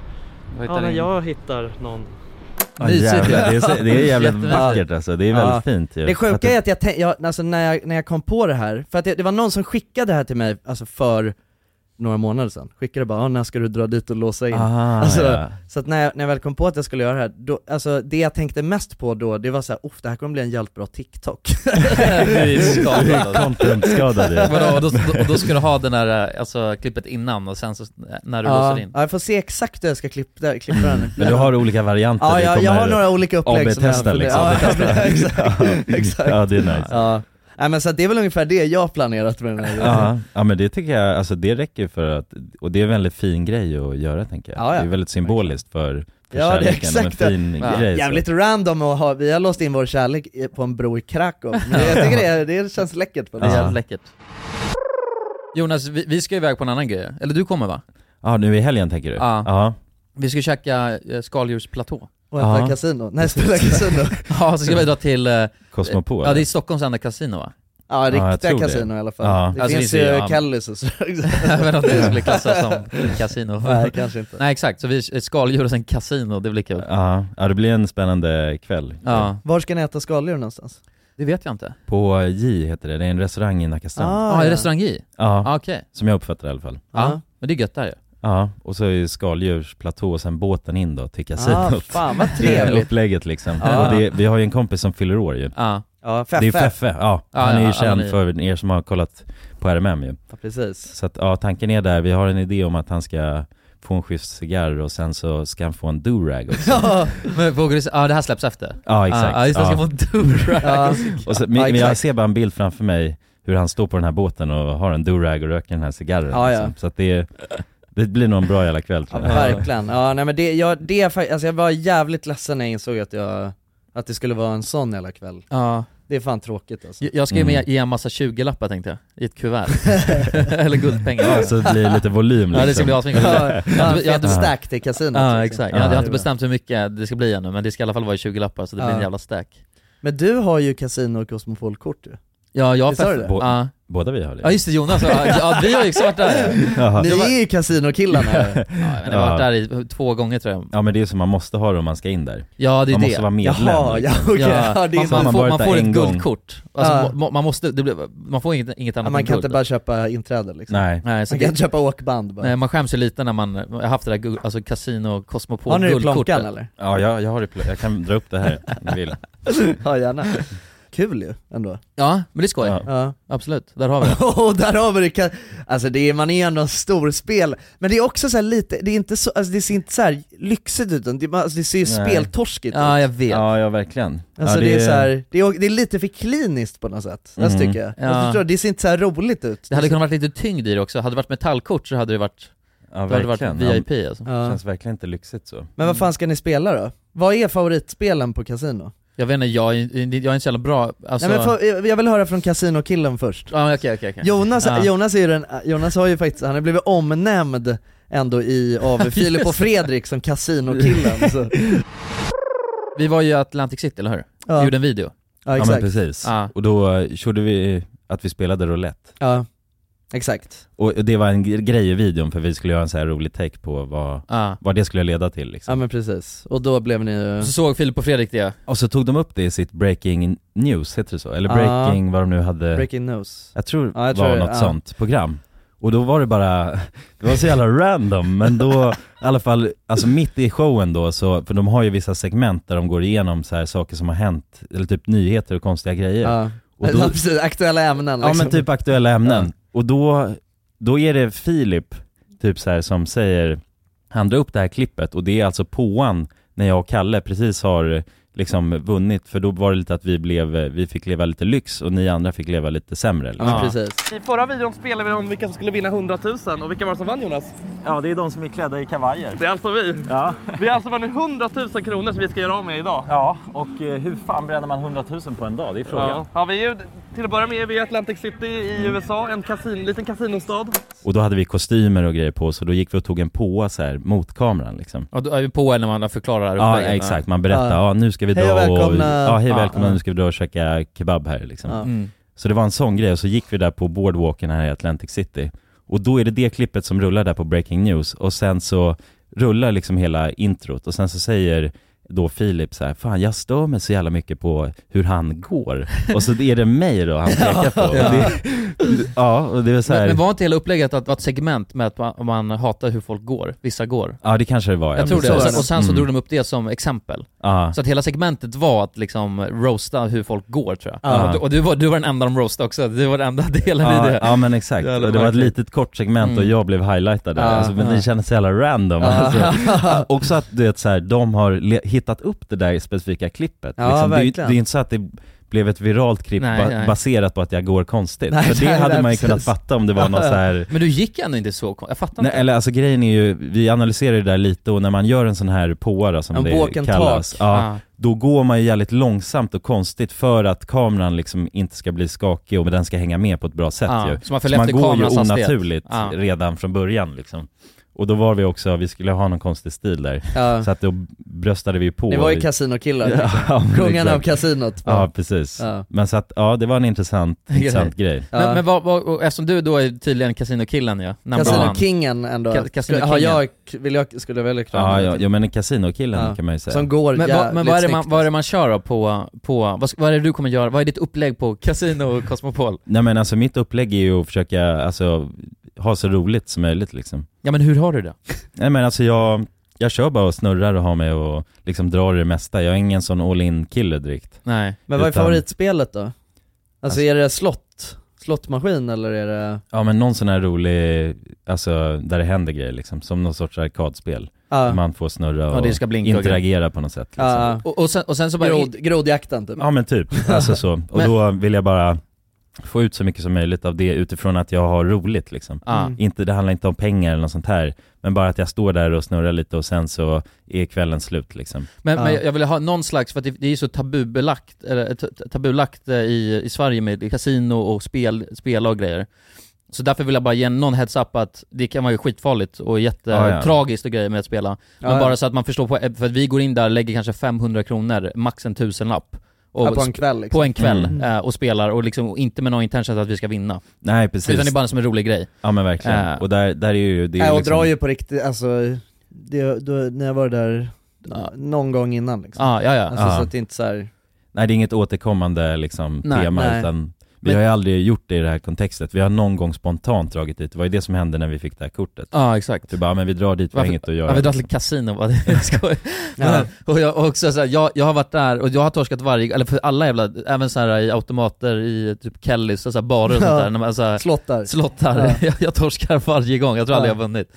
ja, när jag hittar någon. Ja, jävlar, det, är, så- det är jävligt vackert alltså, det är väldigt Ja. fint ju. Det sjuka Att det- är att jag, tänk, jag, alltså när, jag, när jag kom på det här, för att det, det var någon som skickade det här till mig alltså för några månader sedan, skickade bara, ah, när ska du dra dit och låsa in? Aha, alltså, ja. Så att när jag, när jag väl kom på att jag skulle göra det här, då, alltså det jag tänkte mest på då, det var så här, oh, det här kommer bli en jävligt bra TikTok. Du är skadad. Content-skadad ju. Vadå, och då, då, och då ska du ha den där, alltså klippet innan och sen så när du Ja, låser in. ja, jag får se exakt hur jag ska klippa, klippa den. Men du har olika varianter. Ja, det jag, jag kommer har några olika upplägg som jag A B-testa liksom. Ja, A B-testa. exakt, exakt. Ja, det är nice. Ja. Nej, men så att det är väl ungefär det jag har planerat med den här grejen. Ja, ja, men det tycker jag, alltså det räcker för att, och det är en väldigt fin grej att göra tänker jag. Ja, ja. Det är väldigt symboliskt för, för Ja, det är kärleken, och en exakt det. fin Ja. grej. Jävligt random att ha, vi har låst in vår kärlek i- på en bro i Krakow. Men jag tycker det, det känns läckert på Det är det. Ja. jävligt läckert. Jonas, vi, vi ska iväg på en annan grej. Eller du kommer va? Så. Ja, nu i helgen tänker du? Ja. Ja. Vi ska käka eh, skaldjursplatå. Och äta Ja. kasino, nej spela kasino. Ja, så ska vi dra till... Eh, Cosmopol. ja, det är Stockholms enda kasino va? Ja, jag riktiga tror det. kasino i alla fall. Ja. Det Alltså, finns det finns ju ju, ja. Kellys och så. Jag vet inte om det skulle klassas som kasino. Nej, kanske inte. Nej, exakt. Så vi ett skaldjur och sen kasino, det blir kul. Ja, ja, det blir en spännande kväll. Ja, Var ska ni äta skaldjur någonstans? det vet jag inte. På J heter det, det är en restaurang i Nackastrand. Ja, ah, restaurang J? Ja, Ah, okej. som jag uppfattar det i alla fall. Ja, Ja. men det är gött där ju. Ja, och så är skaldjursplatå och sen båten in då till kasinot. Ah, fan vad Det är trevligt. upplägget liksom. Ja. Och det, vi har ju en kompis som fyller år ju. Ja. Ja, Det är Feffe. Feffe, ja. Ja, Han är ja, ju känd alla ni. för er som har kollat på R M M ju. Ja, precis. Så att ja, tanken är där, vi har en idé om att han ska få en schysst cigarr och sen så ska han få en do-rag också. Ja, Men vågar du, ja, det här släpps efter? Ja, exakt. Ja, just det, Ja. ska få en do-rag. ja. Och så, men, Ja, men jag exakt. ser bara en bild framför mig hur han står på den här båten och har en do-rag och röker den här cigarren. Ja, ja. Liksom. Så att det, det blir nog en bra jävla kväll Ja, tror jag. verkligen. Ja, nej men det, jag, det är fa- alltså jag var jävligt ledsen när jag insåg att jag, att det skulle vara en sån jävla kväll. Ja. Det är fan tråkigt alltså. Jag ska ju Mm. med ge en massa tjugo-lappar tänkte jag, i ett kuvert. Eller guldpengar. Ja, så det blir lite volym liksom. Ja, det ska bli asmycket. Ja, Jag ja, hade- jag fet hade- stack till kasinot. Ja, liksom. exakt. Ja, Jag, jag det har är inte bra. bestämt hur mycket det ska bli ännu, men det ska i alla fall vara tjugo-lappar så det blir Ja. en jävla stack. Men du har ju kasino och Cosmopol-kort du. Ja, jag har Visst har du fett- det? Ja. Båda vi har det. Ja just det, Jonas, ja, ja vi har ju också varit där. Jaha. Ni är ju kasinokillarna. Ja, men jag har varit där i två gånger tror jag. Ja, men det är så man måste ha det om man ska in där. Ja, det är Man det. måste vara medlem. Jaha, ja okej. Ja, Ja, det är man, så. man, man får, varit man där får ett en gång. guldkort. Alltså, Ja. ma- man måste, det blir, man får inget, inget annat Ja, man än kan guld. inte bara köpa inträde liksom. Nej. Nej, så Man kan det, inte köpa åkband bara. nej, man skäms ju lite när man jag har haft det där guld, alltså kasino, Cosmopol Har ni det i guldkortet. plånkan eller? Ja, jag, jag har det. pl- Jag kan dra upp det här om ni vill. Ja gärna. Kul ju ändå. Ja, men det ska jag. Ja. Ja. Absolut, där har vi det. Och där har vi det, kan- alltså det är, man är ändå en stor spel, men det är också så här lite, det är inte så, alltså det ser inte så här lyxigt ut, utan det, alltså det ser ju Nej. speltorskigt Ja, ut. jag vet. Ja, ja verkligen. Alltså ja, det, är så här, det, är, det är lite för kliniskt på något sätt, mm. tycker jag. Ja. Jag förstår, det ser inte så här roligt ut. Det hade kunnat varit lite tyngd i det också. Hade det varit metallkort så hade det varit Ja, Då hade det verkligen. varit V I P alltså. Ja. Känns verkligen inte lyxigt så. Men vad fan ska ni spela då? Vad är favoritspelen på kasino? Jag vet inte, jag, är- jag är inte så jävla bra alltså... Nej, men för, jag vill höra från kasinokillen först. Ja, okej, okej, okej. Jonas, Ja. Jonas, är ju den, Jonas har ju faktiskt, han har blivit omnämnd ändå i, av Filip och Fredrik som kasinokillen så. Vi var ju i Atlantic City, eller hur? Ja. Vi gjorde en video. Ja, Ja, exakt. men precis. Ja. Och då eh, körde vi att vi spelade roulette. Ja, exakt. Och det var en grej i videon för vi skulle göra en så här rolig take på vad, Ja. vad det skulle leda till liksom. Ja men precis, och då blev ni ju... Så såg Filip och Fredrik det. Och så tog de upp det i sitt breaking news, heter det så? Eller Ja. breaking, vad de nu hade. Breaking news. Jag tror Ja, jag var tror- något ja. sånt program. Och då var det bara, det var så jävla random, men då i alla fall, alltså mitt i showen då, så, för de har ju vissa segment där de går igenom så här saker som har hänt, eller typ nyheter och konstiga grejer. Ja, Och då, ja precis, aktuella ämnen liksom. ja men typ aktuella ämnen. Ja. Och då, då är det Filip typ så här som säger, han drar upp det här klippet och det är alltså påan när jag och Kalle precis har liksom vunnit, för då var det lite att vi blev, vi fick leva lite lyx och ni andra fick leva lite sämre liksom. Ja, precis. I förra videon spelade vi om vilka som skulle vinna hundratusen, och vilka var det som vann, Jonas? Ja, det är de som är klädda i kavajer. Det är alltså vi. Ja. Vi har alltså vunnit hundratusen kronor som vi ska göra av med idag. Ja, och eh, hur fan bränner man hundratusen på en dag? Det är frågan. Ja. Ja, vi är ju, till att börja med är vi i Atlantic City i U S A, en kasin, liten kasinostad. Och då hade vi kostymer och grejer på, så då gick vi och tog en påa så här mot kameran liksom. Och då är vi på när man förklarar Ja, upplägget. exakt, man berättar, ja, Ja. nu ska vi dra Hej och och, välkomna. ja, hej Ja, välkomna, ja. nu ska vi dra och käka kebab här liksom. Ja. Mm. Så det var en sån grej, och så gick vi där på boardwalken här i Atlantic City. Och då är det det klippet som rullar där på Breaking News. Och sen så rullar liksom hela introt. Och sen så säger då Filip så här, fan jag stör mig så jävla mycket på hur han går. Och så är det mig då han pekar på. Och det, ja, och det är så här, Men, men var inte hela upplägget att vara ett segment med att man, man hatar hur folk går? Vissa går. ja det kanske det var. Jag tror det. så Och är sen, det. och sen så Mm. drog de upp det som exempel. Ja. Så att hela segmentet var att liksom roasta hur folk går, tror jag. Ja. Och, du, och du, var, du var den enda de roastade också. Du var den enda delen i Ja, det. ja men exakt, Jävla och det var ett märkligt. litet kort segment och Mm. jag blev highlightad där. Ja, Alltså, men ja. det kändes så jävla random. Ja. Alltså, också att du vet, så här, de har le- hittat upp det där specifika klippet. Ja, liksom, det, är ju- verkligen. det är inte så att det blev ett viralt klipp Nej, ba- nej. baserat på att jag går konstigt. Nej, För det nej, hade nej, man ju precis. kunnat fatta om det var något så här. Men du gick ändå inte så, jag fattar Nej, inte. eller alltså grejen är ju, vi analyserar det där lite, och när man gör en sån här påa som En det walk and kallas, talk. ja, Ja. då går man ju jävligt långsamt och konstigt för att kameran liksom inte ska bli skakig och den ska hänga med på ett bra sätt Ja, ju. så man följer efter går ju kamerans hastighet. onaturligt Ja. redan från början liksom. Och då var vi också, vi skulle ha någon konstig stil där. Ja. Så att då bröstade vi på. Ni var ju kasinokillar, liksom. Ja, men Kungarna av exakt. kasinot. Ja, precis. Ja. Men så att, ja det var en intressant, intressant grej. Ja. Men, men vad, vad, och eftersom du då är tydligen kasinokillen, ja. number one. Kasinokingen ändå. Ka- kasinokingen. Har jag, vill jag, skulle jag välja Ja, ja, ja men en kasinokillen Ja. kan man ju säga. Som går Men, vad, men vad, är det man, vad är det man... man kör då på, på vad, ska- vad är det du kommer göra? Vad är ditt upplägg på Casino och Cosmopol? Nej men alltså mitt upplägg är ju att försöka, alltså, ha så roligt som möjligt liksom. Ja men hur har du det? Nej men alltså jag, jag kör bara och snurrar och har med och liksom drar det mesta. Jag är ingen sån all-in kille direkt. Nej. Men vad är Utan- favoritspelet då? Alltså, Alltså- är det slott? Slottmaskin eller är det... Ja men någon sån här rolig, alltså där det händer grejer liksom, som någon sorts arkadspel. Ja, Man får snurra och Ja, det ska blinka och interagera på något sätt liksom. ja. Och, och, sen, och sen så bara... Grod, grodjakten typ. Ja men typ, alltså så. Och Men- då vill jag bara få ut så mycket som möjligt av det utifrån att jag har roligt liksom. Ja. Mm. Inte, det handlar inte om pengar eller något sånt här, men bara att jag står där och snurrar lite och sen så är kvällen slut liksom. Men, Ja. men jag vill ha någon slags, för att det, det är ju så tabubelagt, eller t- t- tabulagt eh, i, i Sverige med kasino och spel, spela och grejer. Så därför vill jag bara ge någon heads up att det kan vara ju skitfarligt och jättetragiskt och grejer med att spela. Men Ja, ja. bara så att man förstår, på, för att vi går in där och lägger kanske femhundra kronor, max en tusenlapp. Och Ja, på en kväll liksom. på en kväll Mm. eh, och spelar och liksom och inte med någon intention att vi ska vinna. Nej precis. Utan det är bara som en rolig grej. Ja men verkligen. Äh. Och där, där är ju det är Nej, och liksom... drar ju på riktigt, alltså, det, då, när jag var där Ja. någon gång innan liksom. Ah, ja, ja. Alltså Ja. så att det inte så här. Nej det är inget återkommande liksom Nej, tema nej. utan vi Men- har ju aldrig gjort det i det här kontextet. Vi har någon gång spontant dragit dit. Det var ju det som hände när vi fick det här kortet. Ja, exakt. Vi bara, men vi drar dit, vi har Varför- inget att göra. Ja, vi drar till kasino, vad det jag skojar. Ja. Och jag och också så här, jag, jag har varit där och jag har torskat varje, eller för alla jävla, även så här i automater i typ Kellys och så här barer och sånt Ja. där, när man så här, Slottar. slottar, Ja. jag, jag torskar varje gång, jag tror aldrig Ja. jag har vunnit.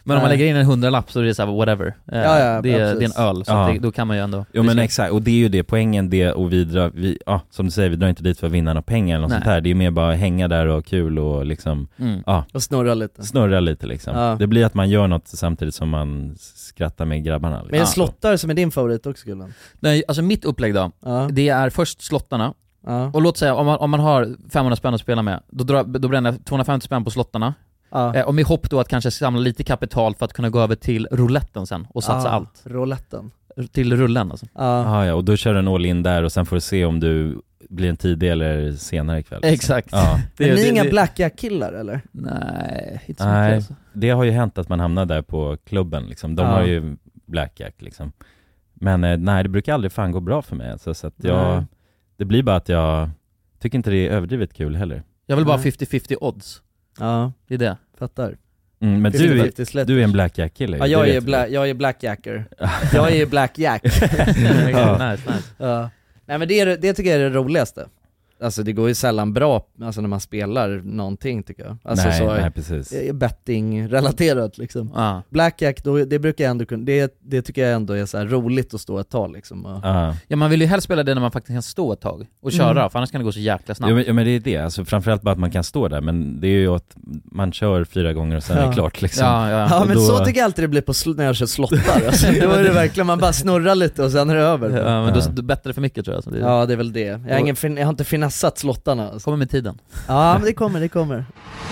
Men om man lägger in en hundralapp så är det så här, whatever. Eh, ja, ja, det, är, det är en öl, så ja. det, då kan man ju ändå... Jo men exakt, och det är ju det poängen, det och vi drar, vi, ja, som du säger, vi drar inte dit för att vinna några pengar eller något Nej. sånt här. Det är mer bara hänga där och kul och liksom, mm. ja. Och snurra lite. Snurra lite liksom. Ja. Det blir att man gör något samtidigt som man skrattar med grabbarna. Liksom. Men en slottare som är din favorit också, Gullan? Nej, alltså mitt upplägg då, ja. det är först slottarna. Ja. Och låt säga, om man, om man har femhundra spänn att spela med, då, drar, då bränner jag tvåhundrafemtio spänn på slottarna. Ja. Eh, och med hopp då att kanske samla lite kapital för att kunna gå över till rouletten sen och satsa ja. allt. Rouletten. Till rullen alltså. Ja. Ah, ja, och då kör du en all in där och sen får du se om du blir en tidig eller senare ikväll. Liksom. Exakt. Ja. Men ni är det, inga det, blackjack-killar eller? Nej, inte så Nej, mycket alltså. det har ju hänt att man hamnar där på klubben liksom. De Ja. har ju blackjack liksom. Men eh, nej, det brukar aldrig fan gå bra för mig alltså, så att jag, Nej. det blir bara att jag tycker inte det är överdrivet kul heller. Jag vill bara Nej. femtio femtio odds. Ja, Det är det. fattar. Mm, men Det du är är, faktiskt lätt. du är en blackjack-kille. Ja, det jag vet är, du. bla- jag är blackjacker. Jag är blackjack. Ja. Nice, nice. Ja. Nej men det, är, det tycker jag är det roligaste. Alltså det går ju sällan bra alltså när man spelar någonting tycker jag. Alltså nej, så nej, precis. betting-relaterat liksom. Ja. Blackjack, då, det brukar jag ändå kunna, det, det tycker jag ändå är så här roligt att stå ett tag liksom. Och, Ja. Ja, man vill ju helst spela det när man faktiskt kan stå ett tag och köra, Mm. för annars kan det gå så jäkla snabbt. Jo men, jo men det är det, alltså framförallt bara att man kan stå där, men det är ju att man kör fyra gånger och sen Ja. är det klart liksom. Ja, ja. Ja Och men då- så tycker jag alltid det blir på sl- när jag kör slottar alltså, då är det verkligen, man bara snurrar lite och sen är det över. Ja, men då, Ja. då bättre för mycket tror jag. Så det, Ja det är väl det. Jag har, ingen fin- jag har inte finassat slottarna alltså. kommer med tiden. Ja men det kommer, det kommer.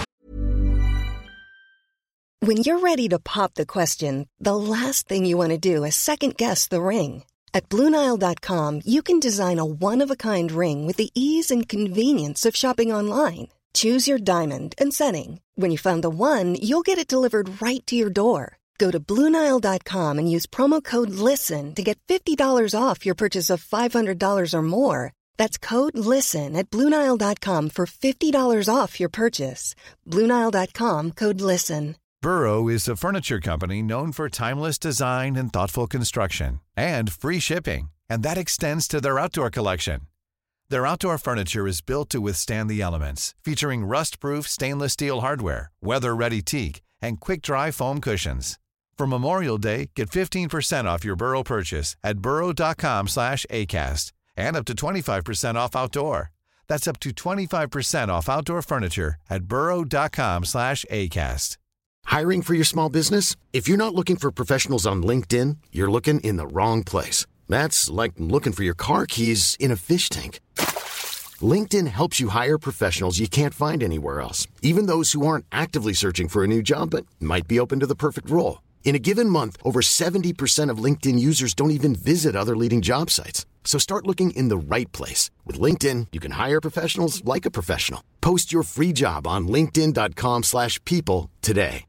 When you're ready to pop the question, the last thing you want to do is second guess the ring. At Blue Nile dot com, you can design a one-of-a-kind ring with the ease and convenience of shopping online. Choose your diamond and setting. When you find the one, you'll get it delivered right to your door. Go to Blue Nile dot com and use promo code LISTEN to get fifty dollars off your purchase of five hundred dollars or more. That's code LISTEN at Blue Nile dot com for fifty dollars off your purchase. Blue Nile dot com, code LISTEN. Burrow is a furniture company known for timeless design and thoughtful construction, and free shipping, and that extends to their outdoor collection. Their outdoor furniture is built to withstand the elements, featuring rust-proof stainless steel hardware, weather-ready teak, and quick-dry foam cushions. For Memorial Day, get fifteen percent off your Burrow purchase at burrow dot com slash acast, and up to twenty-five percent off outdoor. That's up to twenty-five percent off outdoor furniture at burrow dot com slash acast. Hiring for your small business? If you're not looking for professionals on LinkedIn, you're looking in the wrong place. That's like looking for your car keys in a fish tank. LinkedIn helps you hire professionals you can't find anywhere else, even those who aren't actively searching for a new job but might be open to the perfect role. In a given month, over seventy percent of LinkedIn users don't even visit other leading job sites. So start looking in the right place. With LinkedIn, you can hire professionals like a professional. Post your free job on linkedin dot com slash people today.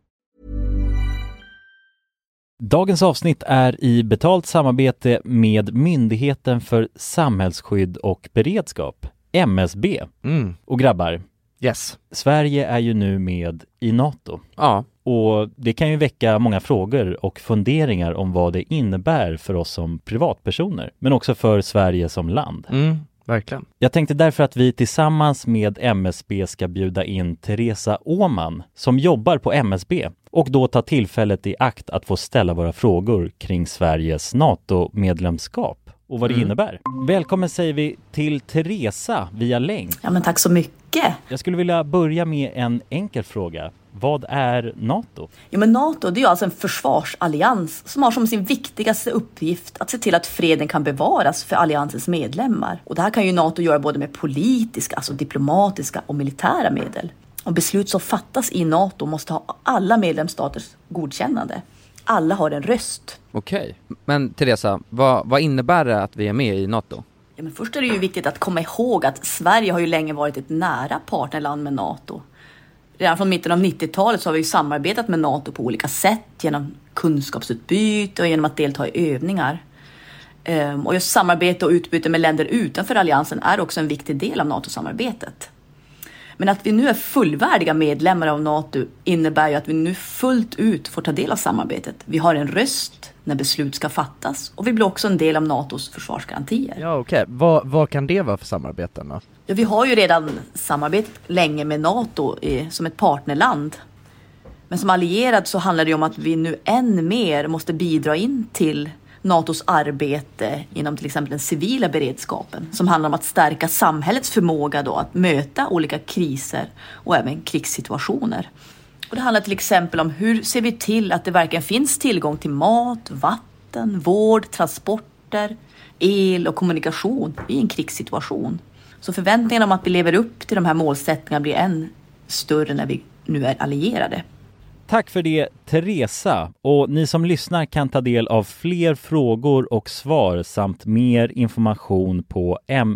Dagens avsnitt är i betalt samarbete med Myndigheten för samhällsskydd och beredskap, M S B. Mm. Och grabbar, Yes. Sverige är ju nu med i NATO. Ja. Och det kan ju väcka många frågor och funderingar om vad det innebär för oss som privatpersoner, men också för Sverige som land. Mm, verkligen. Jag tänkte därför att vi tillsammans med M S B ska bjuda in Teresa Åman som jobbar på M S B och då ta tillfället i akt att få ställa våra frågor kring Sveriges NATO-medlemskap och vad det Mm. innebär. Välkommen säger vi till Teresa via länk. Ja, men tack så mycket. Jag skulle vilja börja med en enkel fråga. Vad är NATO? Jo, men NATO det är ju alltså en försvarsallians som har som sin viktigaste uppgift att se till att freden kan bevaras för alliansens medlemmar. Och det här kan ju NATO göra både med politiska, alltså diplomatiska och militära medel. Och beslut som fattas i NATO måste ha alla medlemsstaters godkännande. Alla har en röst. Okej, men Teresa, vad, vad innebär det att vi är med i NATO? Ja, men först är det ju viktigt att komma ihåg att Sverige har ju länge varit ett nära partnerland med NATO. Redan från mitten av nittiotalet så har vi ju samarbetat med NATO på olika sätt genom kunskapsutbyte och genom att delta i övningar. Ehm, och just samarbete och utbyte med länder utanför alliansen är också en viktig del av NATO-samarbetet. Men att vi nu är fullvärdiga medlemmar av NATO innebär ju att vi nu fullt ut får ta del av samarbetet. Vi har en röst när beslut ska fattas och vi blir också en del av NATOs försvarsgarantier. Ja okej, okay. vad, vad kan det vara för samarbeten då? Ja, vi har ju redan samarbetat länge med NATO i, som ett partnerland. Men som allierad så handlar det om att vi nu än mer måste bidra in till NATOs arbete inom till exempel den civila beredskapen, som handlar om att stärka samhällets förmåga då att möta olika kriser och även krigssituationer. Och det handlar till exempel om hur ser vi till att det verkligen finns tillgång till mat, vatten, vård, transporter, el och kommunikation i en krigssituation. Så förväntningarna om att vi lever upp till de här målsättningarna blir än större när vi nu är allierade. Tack för det, Teresa. Och ni som lyssnar kan ta del av fler frågor och svar samt mer information på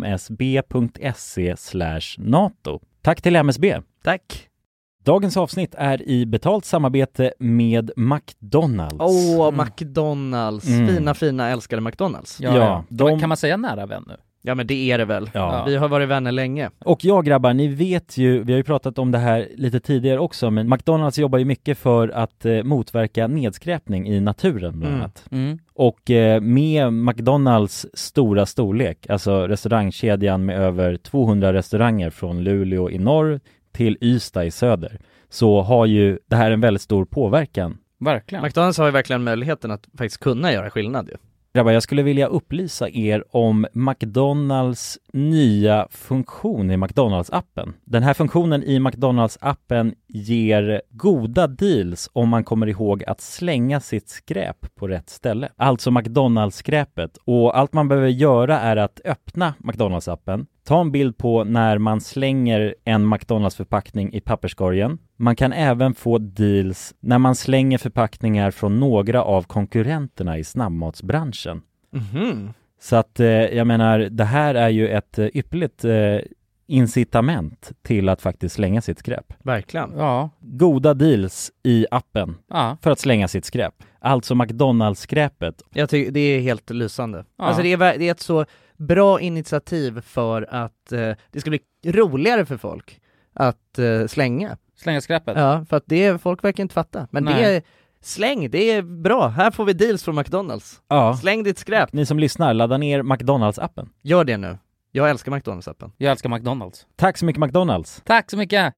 msb.se slash NATO. Tack till M S B. Tack. Dagens avsnitt är i betalt samarbete med McDonalds. Åh, oh, McDonalds. Mm. Fina, fina, älskade McDonalds. Ja, ja. De... Kan man säga nära vän nu? Ja, men det är det väl. Ja. Vi har varit vänner länge. Och ja, grabbar, ni vet ju, vi har ju pratat om det här lite tidigare också, men McDonalds jobbar ju mycket för att eh, motverka nedskräpning i naturen bland annat. Mm. Mm. Och eh, med McDonalds stora storlek, alltså restaurangkedjan med över tvåhundra restauranger från Luleå i norr till Ystad i söder, så har ju det här en väldigt stor påverkan. Verkligen. McDonalds har ju verkligen möjligheten att faktiskt kunna göra skillnad ju. Grabbar, jag skulle vilja upplysa er om McDonalds nya funktion i McDonalds-appen. Den här funktionen i McDonalds-appen ger goda deals om man kommer ihåg att slänga sitt skräp på rätt ställe. Alltså McDonalds-skräpet. Och allt man behöver göra är att öppna McDonalds-appen, ta en bild på när man slänger en McDonalds-förpackning i papperskorgen. Man kan även få deals när man slänger förpackningar från några av konkurrenterna i snabbmatsbranschen. Mm-hmm. Så att eh, jag menar, det här är ju ett eh, ypperligt eh, incitament till att faktiskt slänga sitt skräp. Verkligen. Ja. Goda deals i appen ja. för att slänga sitt skräp. Alltså McDonalds-skräpet. Jag tycker det är helt lysande. Ja. Alltså det är, det är ett så bra initiativ för att eh, det ska bli roligare för folk att eh, slänga. Slänga skräpet? Ja, för att det folk verkar inte fatta. Men Nej. det är släng, det är bra. Här får vi deals från McDonalds. Ja. Släng ditt skräp. Ni som lyssnar, ladda ner McDonalds-appen. Gör det nu. Jag älskar McDonalds-appen. Jag älskar McDonalds. Tack så mycket McDonalds. Tack så mycket.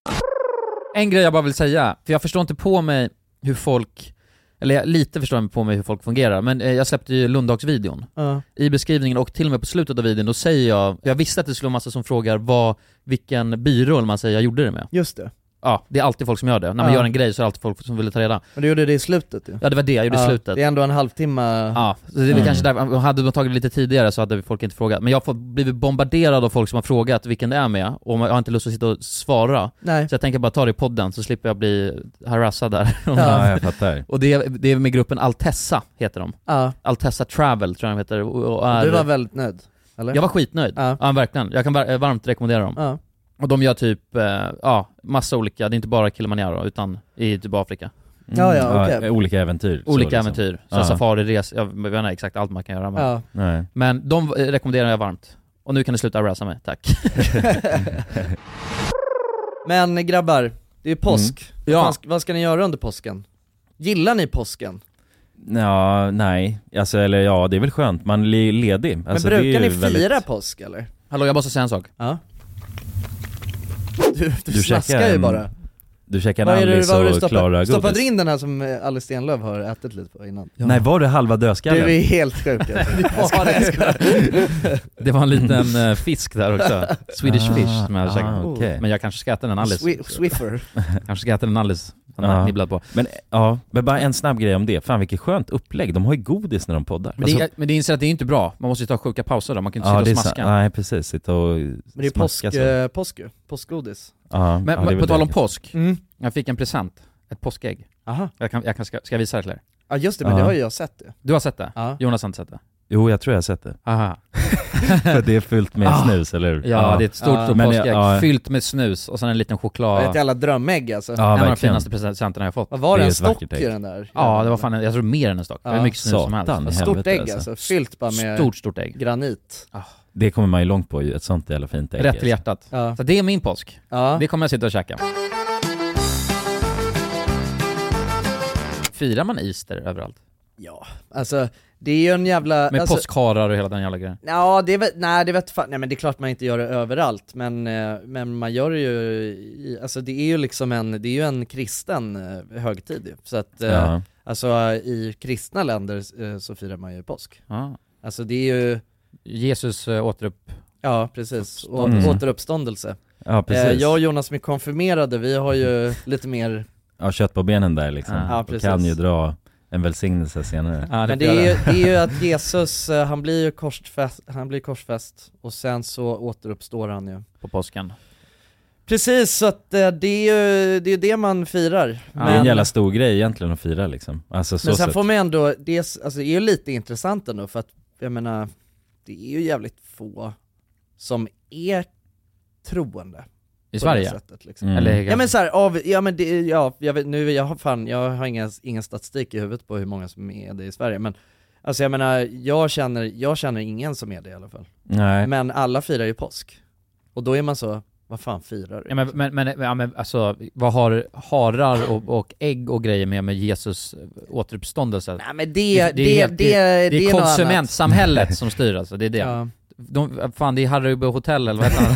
En grej jag bara vill säga, för jag förstår inte på mig hur folk, eller jag lite förstår mig på mig hur folk fungerar, men jag släppte ju Lundagsvideon. Uh. I beskrivningen och till och med på slutet av videon, då säger jag, jag visste att det skulle vara massa som frågar vad, vilken biroll man säger jag gjorde det med. Just det. Ja, det är alltid folk som gör det. När man ja. gör en grej så är det alltid folk som vill ta reda. Men du gjorde det i slutet ju. Ja, det var det jag gjorde ja, i slutet. Det är ändå en halvtimme. Ja, så det är mm. kanske där, hade de tagit det lite tidigare så hade folk inte frågat. Men jag har blivit bombarderad av folk som har frågat vilken det är med, och jag har inte lust att sitta och svara. Nej. Så jag tänker bara ta det i podden så slipper jag bli harassad där. Ja, jag fattar. Och det är, det är med gruppen Altessa heter de. Ja. Altessa Travel tror jag de heter. Och, och är, du var väldigt nöjd, eller? Jag var skitnöjd. Ja, ja verkligen. Jag kan var, varmt rekommendera dem. Ja. Och de gör typ, eh, ja, massa olika, det är inte bara Kilimanjaro utan i typ Afrika. Mm. Ja, ja, okej. Ja, olika äventyr. Olika så liksom. äventyr. Så ja. safari-res, jag vet inte exakt allt man kan göra. Men, ja. Nej. men de rekommenderar jag varmt. Och nu kan du sluta rasa mig, tack. Men grabbar, det är påsk. Mm. Ja. Vad, ska, vad ska ni göra under påsken? Gillar ni påsken? Ja, nej. Alltså, eller ja, det är väl skönt. Man är ledig. Alltså, men brukar det är ni fira väldigt... påsk, eller? Hallå, jag måste säga en sak. Ja. Du, du, du snaskar ju en, bara. Du käkar en Alice och stoppa, Klara godis. Stoppade in den här som Alice Stenlöf har ätit lite på innan. Ja. Nej, var det halva dödskallen? Du är helt sjuk. Alltså. Det var en liten uh, fisk där också. Swedish ah, fish som jag ah, okay. Men jag kanske ska äta den Alice. Swi- Swiffer. Kanske ska äta den Alice. Ja. Nibblad på. Men ja, men bara en snabb grej om det. Fan vilket skönt upplägg. De har ju godis när de poddar. Men det, alltså, men det inser att det är inte bra. Man måste ju ta sjuka pauser då. Man kan inte ja, sitta och smaska. Så, nej, precis. Sitta och men det är påsk, eh, påsk ju. Påskgodis. Ja, men ja, på tal om påsk. Mm. Jag fick en present. Ett påskägg. Aha. Jag kan, jag kan, ska, ska jag visa det till er? Ja just det, men ja. det har ju jag sett det. Du har sett det? Ja. Jonas har inte sett det? Jo, jag tror jag har sett det. Aha. För det är fyllt med ah. snus, eller hur? Ja, ja. det är ett stort, stort ja. påskägg. Ja. Fyllt med snus och sen en liten choklad. Det är ett jävla drömägg alltså. Ja, en av de finaste presenterna jag fått. Vad var det, det en stock i den där? Ja, det var fan, jag tror mer än en stock. Ja. Det var mycket snus Satan, som helst. Ett stort ägg alltså. alltså. Fyllt bara med stort, stort ägg. Granit. Ah. Det kommer man ju långt på, ett sånt jävla fint ägg. Rätt i hjärtat. Ja. Så det är min påsk. Ja. Det kommer jag sitta och käka. Firar man Easter överallt? Ja, alltså det är ju en jävla... Med alltså, påskharar och hela den jävla grejen. Ja, det vet, nej det vet fan, nej men det är klart man inte gör det överallt, men, eh, men man gör det ju, i, alltså det är ju liksom en, det är ju en kristen eh, högtid ju. Så att, eh, Ja. alltså i kristna länder eh, så firar man ju påsk. Ja. Alltså det är ju... Jesus eh, återupp... Ja, precis. Å- Mm. återuppståndelse. Ja, precis. Eh, jag och Jonas som är konfirmerade, vi har ju lite mer... Ja, kött på benen där liksom. Ja, och precis. kan ju dra en välsignelse senare. Ja, Men det är, ju, det är ju att Jesus, eh, han blir ju korsfäst, han blir korsfäst och sen så återuppstår han ju. På påsken. Precis, så att eh, det är ju det, är det man firar. Ja. Det är en jävla stor grej egentligen att fira liksom. Alltså, så men sen sätt. får man ändå, det är, alltså, det är ju lite intressant ändå för att, jag menar, det är ju jävligt få som är troende. I på Sverige? det sättet, liksom. Mm. Eller ja men så här, av, ja men det, ja, jag vet, nu, jag har fan, jag har ingen, ingen statistik i huvudet på hur många som är det i Sverige, men alltså jag menar, jag känner, jag känner ingen som är det i alla fall. Nej. Men alla firar ju påsk. Och då är man så, vad fan firar du? Ja, men, men, men, ja, men alltså, vad har harar och, och ägg och grejer med med Jesus återuppståndelse? Nej men det, det, det, det, det, det, det, det är är något konsumentsamhället som styr alltså, det är det. Ja. De, fan det är Haribo hotell eller vad heter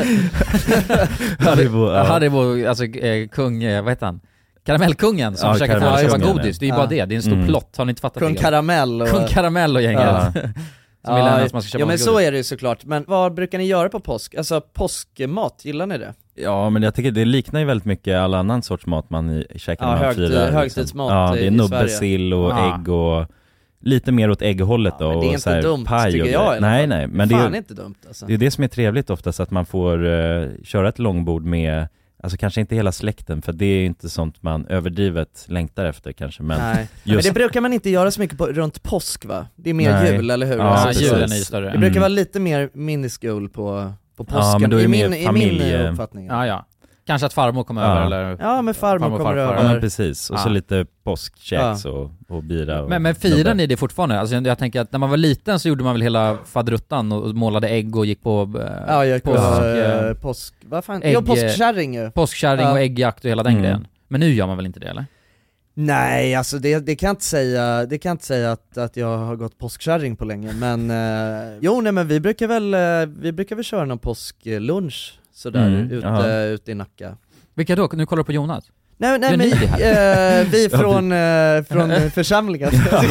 han? Haribo, ja. Haribo, alltså eh, kung, eh, vad heter han? Karamellkungen som Ja, försöker få det att vara karamellkungen, godis, det är ju ja. bara det, det är en stor Mm. plott, har ni inte fattat Kung det? Karamell och... Kung Karamell och gänget. Ja. Som vill Ja, att man ska köpa ja men massa så godis. är det ju såklart, men vad brukar ni göra på påsk? Alltså påskmat, gillar ni det? Ja, men jag tycker det liknar ju väldigt mycket all annan sorts mat man i- käkar Ja, när man högtid- firar. högtidsmat Ja, det är i nubbe, Sverige. sill och Ja. ägg och lite mer åt ägghållet då. Ja, men det är och inte så här dumt, paj tycker och jag i grejer. alla Nej, fall. nej, men Fan det är, inte dumt alltså. det är det som är trevligt oftast, att man får uh, köra ett långbord med, alltså kanske inte hela släkten, för det är inte sånt man överdrivet längtar efter kanske, men Nej. just... Men det brukar man inte göra så mycket på, runt påsk va? Det är mer Nej. jul, eller hur? Ja, Alltså, precis. julen är ju större. Det brukar Mm. vara lite mer miniskul på, på påsken, Ja, men då är i, det min, mer i familje- min uppfattning. Ja, ja. Kanske att farmor kommer Ja. över eller... Ja, men farmor, Farmor, kommer farfar. över. Ja, men precis, och så Ja. lite påskkäks Ja. och, och bira och Men, men firar nubbe. ni det fortfarande? Alltså jag tänker att när man var liten så gjorde man väl hela faderuttan och, och målade ägg och gick på eh, Ja, jag påsk, påsk, eh, äh, påsk, vad fan? ägg- ja, påskkärring ju. påskkärring Ja. och äggjakt och hela den Mm. grejen. Men nu gör man väl inte det eller? Nej, alltså det, det kan jag inte säga, det kan jag inte säga att, att jag har gått påskkärring på länge, men eh, jo nej men vi brukar väl, eh, vi brukar väl köra någon påsklunch sådär, Mm, ute, jaha. ute i Nacka. Vilka då? Nu kollar du på Jonas? Nej, nej Gör men ni det här? eh, vi från, eh, från församlingen.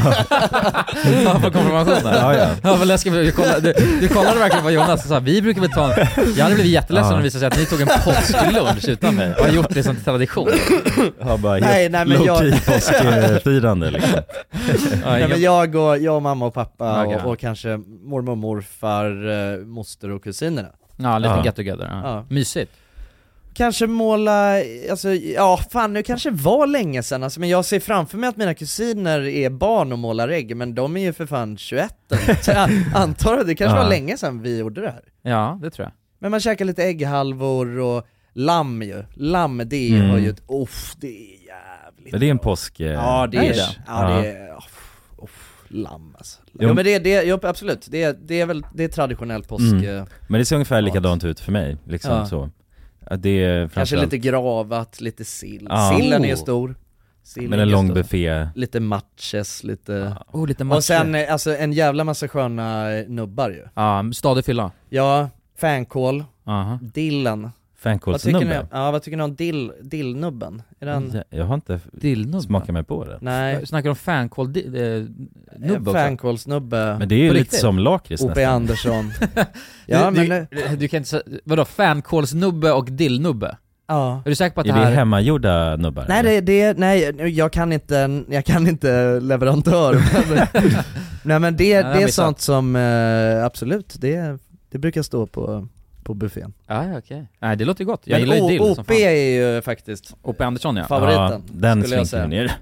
Ja, på konfirmationen. Ja, ja. Ja, vad läskigt. Du kollade, du, du kollade verkligen på Jonas och sa, vi brukar väl ta en... Jag hade blivit jätteledsen Ja. om det visade sig att ni tog en påsklunch utan mig och har gjort det som tradition. Ja, bara Nej, helt nej, men jag- low-key påskfirande liksom. Ja, Nej inga- men jag och, jag och mamma och pappa Okej. och, och kanske mormor och morfar, eh, moster och kusinerna. Ja, lite Ja. get together. Ja. Ja. Mysigt. Kanske måla, alltså ja fan nu kanske var länge sedan alltså, men jag ser framför mig att mina kusiner är barn och målar ägg, men de är ju för fan tjugoett så jag antar att det kanske Ja. var länge sedan vi gjorde det här. Ja, det tror jag. Men man käkar lite ägghalvor och lamm ju, lamm det Mm. har ju ett, uff det är jävligt Men det är en påsk... eh, Ja det är är det, det? ja Ja. det är, uff, uff, lamm alltså. Jo. Jo men det, det, jo, absolut, det, det är väl, det är traditionell påsk, Mm. eh, Men det ser ungefär mat. likadant ut för mig, liksom Ja. så. Att det är kanske framförallt- lite gravat, lite sill, Ja. sillen är ju Oh. stor. Sillen med är en lång stor. buffé. Lite matches, lite... Oh, lite matcher. Och sen eh, alltså en jävla massa sköna eh, nubbar ju. Ja, stadig fylla. Ja, fänkål, Aha. dillen. Vad tycker ni, Fänkålsnubbe. ja, vad tycker ni om dill, dillnubben? Är den... Jag, jag har inte Dillnubbe. smakat mig på det. Nej, Snackar om fänkål di- eh, nubbe också. fänkålsnubbe, Men det är ju På lite riktigt? som lakrits O P nästan. Andersson. Ja du, men, du, du kan inte säga, vadå, fänkålsnubbe och dillnubbe? ja. Är du säker på att Är det det här... hemmagjorda nubbar? Nej eller? det, det, nej jag kan inte, jag kan inte leverantör men, nej men det, det har det jag är missat. sånt som, eh, absolut, det, det brukar stå på, på buffén. Ja, ja, okej. Nej, det låter gott. Jag Men gillar ju O- dill som O fan. P är ju faktiskt O P Andersson, ja. favoriten, Ja, den skulle jag slinker säga. ner.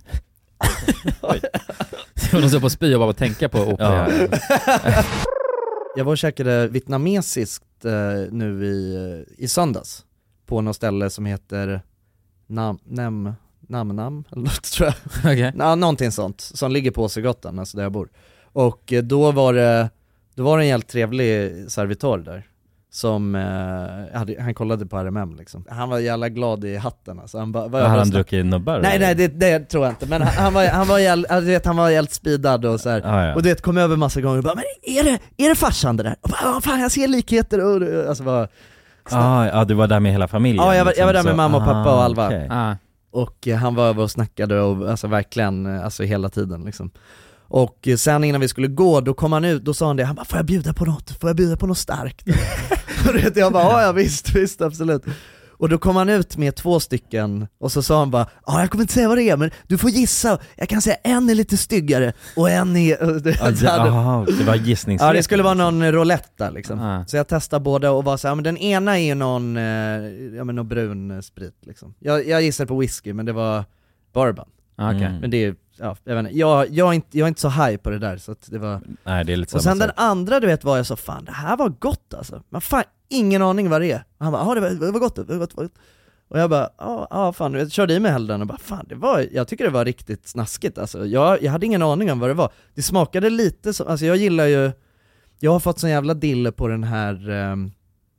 Jag var så på spy och bara tänka på O P. Ja. Jag var och käkade vietnamesiskt eh, nu i, i söndags på något ställe som heter Nam, Nem, Nam Nam eller något tror jag. Okej. Ja, någonting sånt, som ligger på Åsögatan, alltså där jag bor. Och eh, då var det, då var det en helt trevlig servitör där som eh, hade, han kollade på R M M liksom. Han var jävla glad i hatten alltså. Han ba, Har han druckit nubbar? Nej nej det, det tror jag inte. Men han, han var han var jävla, alltså, vet, han var helt speedad och så här. Ah, ja. Och du vet, kom över massa gånger och bara, men är det är det farsan det där? Och bara, fan jag ser likheter och alltså var ah, ja, du var där med hela familjen. Ja, jag var, liksom, jag var där med så. mamma och pappa ah, och Alva. Okay. Ah. Och eh, han var över och snackade och alltså verkligen alltså hela tiden liksom. Och eh, sen innan vi skulle gå, då kom han ut, då sa han det, han bara, får jag bjuda på något? Får jag bjuda på något starkt? Och det, jag bara, ja, ja visst, visst, absolut. Och då kom han ut med två stycken och så sa han bara, ja jag kommer inte säga vad det är, men du får gissa, jag kan säga en är lite styggare och en är... Ah, det, aha, det var gissningslek. Ja, det skulle vara någon roulette där liksom. Ah. Så jag testade båda och var så här, men den ena är ju någon, eh, ja men någon brun sprit liksom. Jag, jag gissade på whisky, men det var bourbon. Ah, okay. Mm. Men det är, ja, jag vet inte, jag, jag, är inte, jag är inte så high på det där så att det var... Nej, det är lite och samma sen sak. den andra, du vet, var jag så, fan det här var gott alltså. Men fan, ingen aning vad det är. Och han bara, ja det var, det var gott, det var gott, det var gott. Och jag bara, ja, ja fan, jag körde i mig hellre och bara, fan det var, jag tycker det var riktigt snaskigt alltså. Jag, jag hade ingen aning om vad det var. Det smakade lite som, alltså jag gillar ju, jag har fått sån jävla dille på den här um,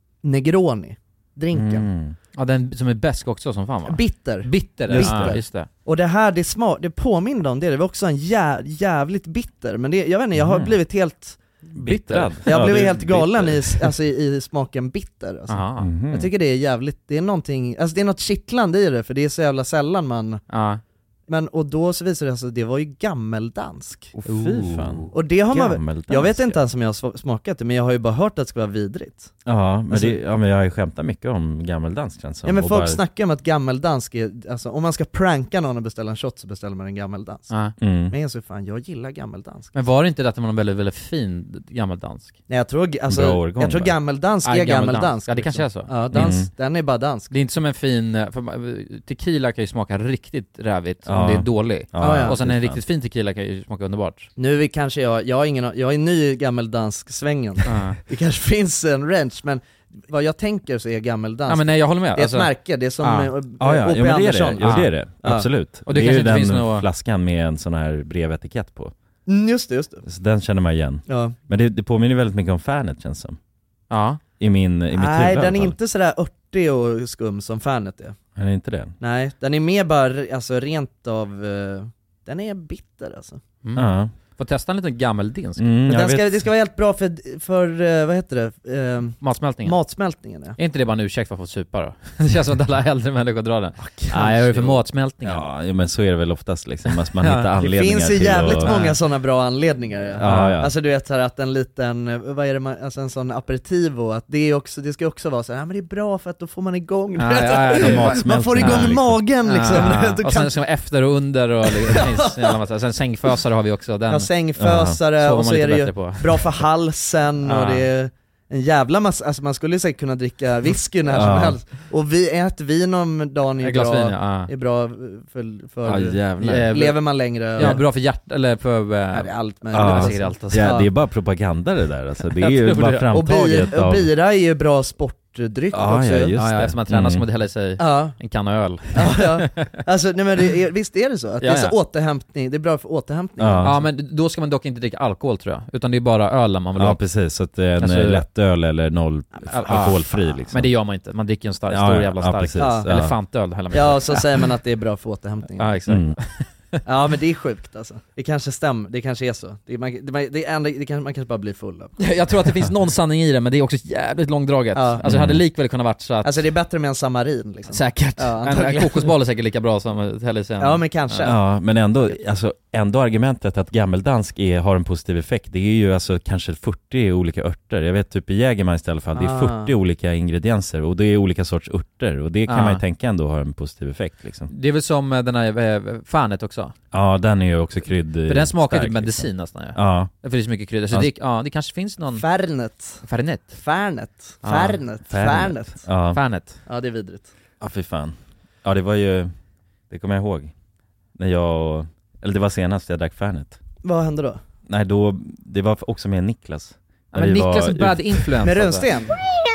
Negroni drinken. Mm. Ja, den som är bäsk också som fan va? Bitter. Bitter, Bitter. Ja, just det. Och det här, det, smak, det påminner om det, det var också en jä, jävligt bitter. Men det, jag vet inte, jag har Mm. blivit helt... Bittrad. Jag Ja, blev du är helt galen i, bitter. alltså, i, i smaken bitter alltså. Aha. Mhm. Jag tycker det är jävligt, det är någonting, alltså det är något kittlande i det, för det är så jävla sällan man... Ja. Men, och då så visade det sig att det var ju gammeldansk. Oh, fy fan. Och det har man, Gammeldansk. jag vet inte ens om jag har sm- smakat det, men jag har ju bara hört att det ska vara vidrigt. Ja, men, Alltså- det, ja, men jag har ju skämtat mycket om gammeldansk känns som. Ja men Och folk bara- snackar om att gammeldansk är, alltså om man ska pranka någon och beställa en shot så beställer man en gammeldansk. Ja. Mm. Men jag så fan, jag gillar gammeldansk. Men var det inte det att det var någon väldigt, väldigt fin gammeldansk? Nej jag tror, alltså, Bra årgång, jag tror va? gammeldansk Ja, är gammeldansk. gammeldansk. Ja, det kanske liksom. är så. Ja, dans, Mm. den är bara dansk. Det är inte som en fin, för tequila kan ju smaka riktigt rävigt Ja. om det är dålig. Ja, ja, och sen fy en fan. riktigt fin tequila kan ju smaka underbart. Nu är kanske jag, jag har ingen, jag är ny i gammeldansk-svängen. Ja. Det kanske finns en range, men vad jag tänker så är gammeldansk. Ja men nej, jag håller med. Det är Alltså, ett märke, det är som Ja. ja. Ja, ja, O P ja men det är det, Andersson. jo, det är det, Ja. absolut. Och det det är kanske ju inte den finns något- flaskan med en sån här brevetikett på. Mm, just det, just det. Så den känner man igen. Ja. Men det, det påminner väldigt mycket om Fanet känns som. Ja. I min, i mitt huvud Nej, i alla den är fall. inte sådär örtig och skum som Fanet är. Är det inte det? Nej, den är mer bara, alltså rent av, uh, den är bitter alltså. Mm. Ja. Får testa en liten gammeldinsk. Mm, Men jag den ska, vet. det ska vara helt bra för, för uh, vad heter det? Uh, Matsmältningen. matsmältningen ja. Är inte det bara en ursäkt för att få supa då? Det känns som att alla äldre människor drar den. Nej, jag är för matsmältningen. Ja, jo, men så är det väl oftast liksom, att man Ja. hittar Det anledningar finns ju till jävligt att... många sådana bra anledningar ja. Ja, ja. Alltså du vet så här att en liten, vad är det man, alltså en sån aperitivo, att det är också, det ska också vara så här, ja men det är bra för att då får man igång Ja, ja, ja, man, man får igång Ja, liksom. magen liksom. Ja. Du Och kan- sen ska efter och under och det finns en jävla massa. Sen sängfösare har vi också. Den Ja, sängfösare sover och man så lite är det ju bättre på. bra för halsen Ja. och det är en jävla massa, alltså man skulle ju säkert kunna dricka whisky när Ja. som helst. Och vi äter vin om dagen är Ett glas bra, vin, ja. är bra för, för Ja, jävlar. Ja, lever man längre. Ja, bra för hjärt eller för... Ja, det är allt med Ja, det är allt, alltså. ja, det är bara propaganda det där alltså. Det är Jag ju tror bara det. och, framtaget bi, och av... bira är ju bra sportdryck Ja, också. ja, just Ja, ja, det. eftersom man tränar Mm. så måste hälla i sig Ja. en kanna öl. Ja, ja. Alltså nej, men det är, visst är det så? Att Ja, det är så ja. återhämtning, det är bra för återhämtning. Ja. Ja, men då ska man dock inte dricka alkohol tror jag. Utan det är bara öl man vill Ja, ha. precis. Så att det är en Alltså- lättöl eller noll Ja, alkoholfri fan. liksom. Men det gör man inte. Man dricker en stark, Ja, stor ja, jävla ja, stark. precis. Ja. Eller Ja. fantöl heller. Ja, och så säger man att det är bra för återhämtning. Ja, exakt. Mm. Ja men det är sjukt alltså. Det kanske stämmer, det kanske är så. Det, man, det, det, är ändå, det kan, man kanske bara blir full av. Jag tror att det finns någon sanning i det, men det är också jävligt långdraget. Ja. Alltså det hade likväl kunnat varit så att... Alltså det är bättre med en samarin liksom. Säkert. Ja, en, antagligen. en kokosboll är säkert lika bra som häller sig en... Ja men kanske. Ja, men ändå, alltså, ändå argumentet att gammeldansk är, har en positiv effekt, det är ju alltså kanske fyrtio olika örter. Jag vet typ i Jägermeister i alla fall, det är Ah. fyrtio olika ingredienser och det är olika sorts örter och det kan Ah. man ju tänka ändå har en positiv effekt liksom. Det är väl som eh, den här eh, Fanet också. Ja, den är ju också krydd. För den smakar stark, typ medicin liksom. nästan ja. Ja. För det är så mycket kryddor. Så Ja. det, ja, det kanske finns någon... Fernet. Fernet. Fernet. Ja. Fernet. Fernet. Ja. Fanet. Ja det är vidrigt. Ja, fy fan. Ja, det var ju, det kommer jag ihåg. När jag, eller det var senast jag drack Fernet. Vad hände då? Nej, då, det var också med Niklas. Ja, När men vi Niklas var är bad ute- influence. Med alltså. Runsten?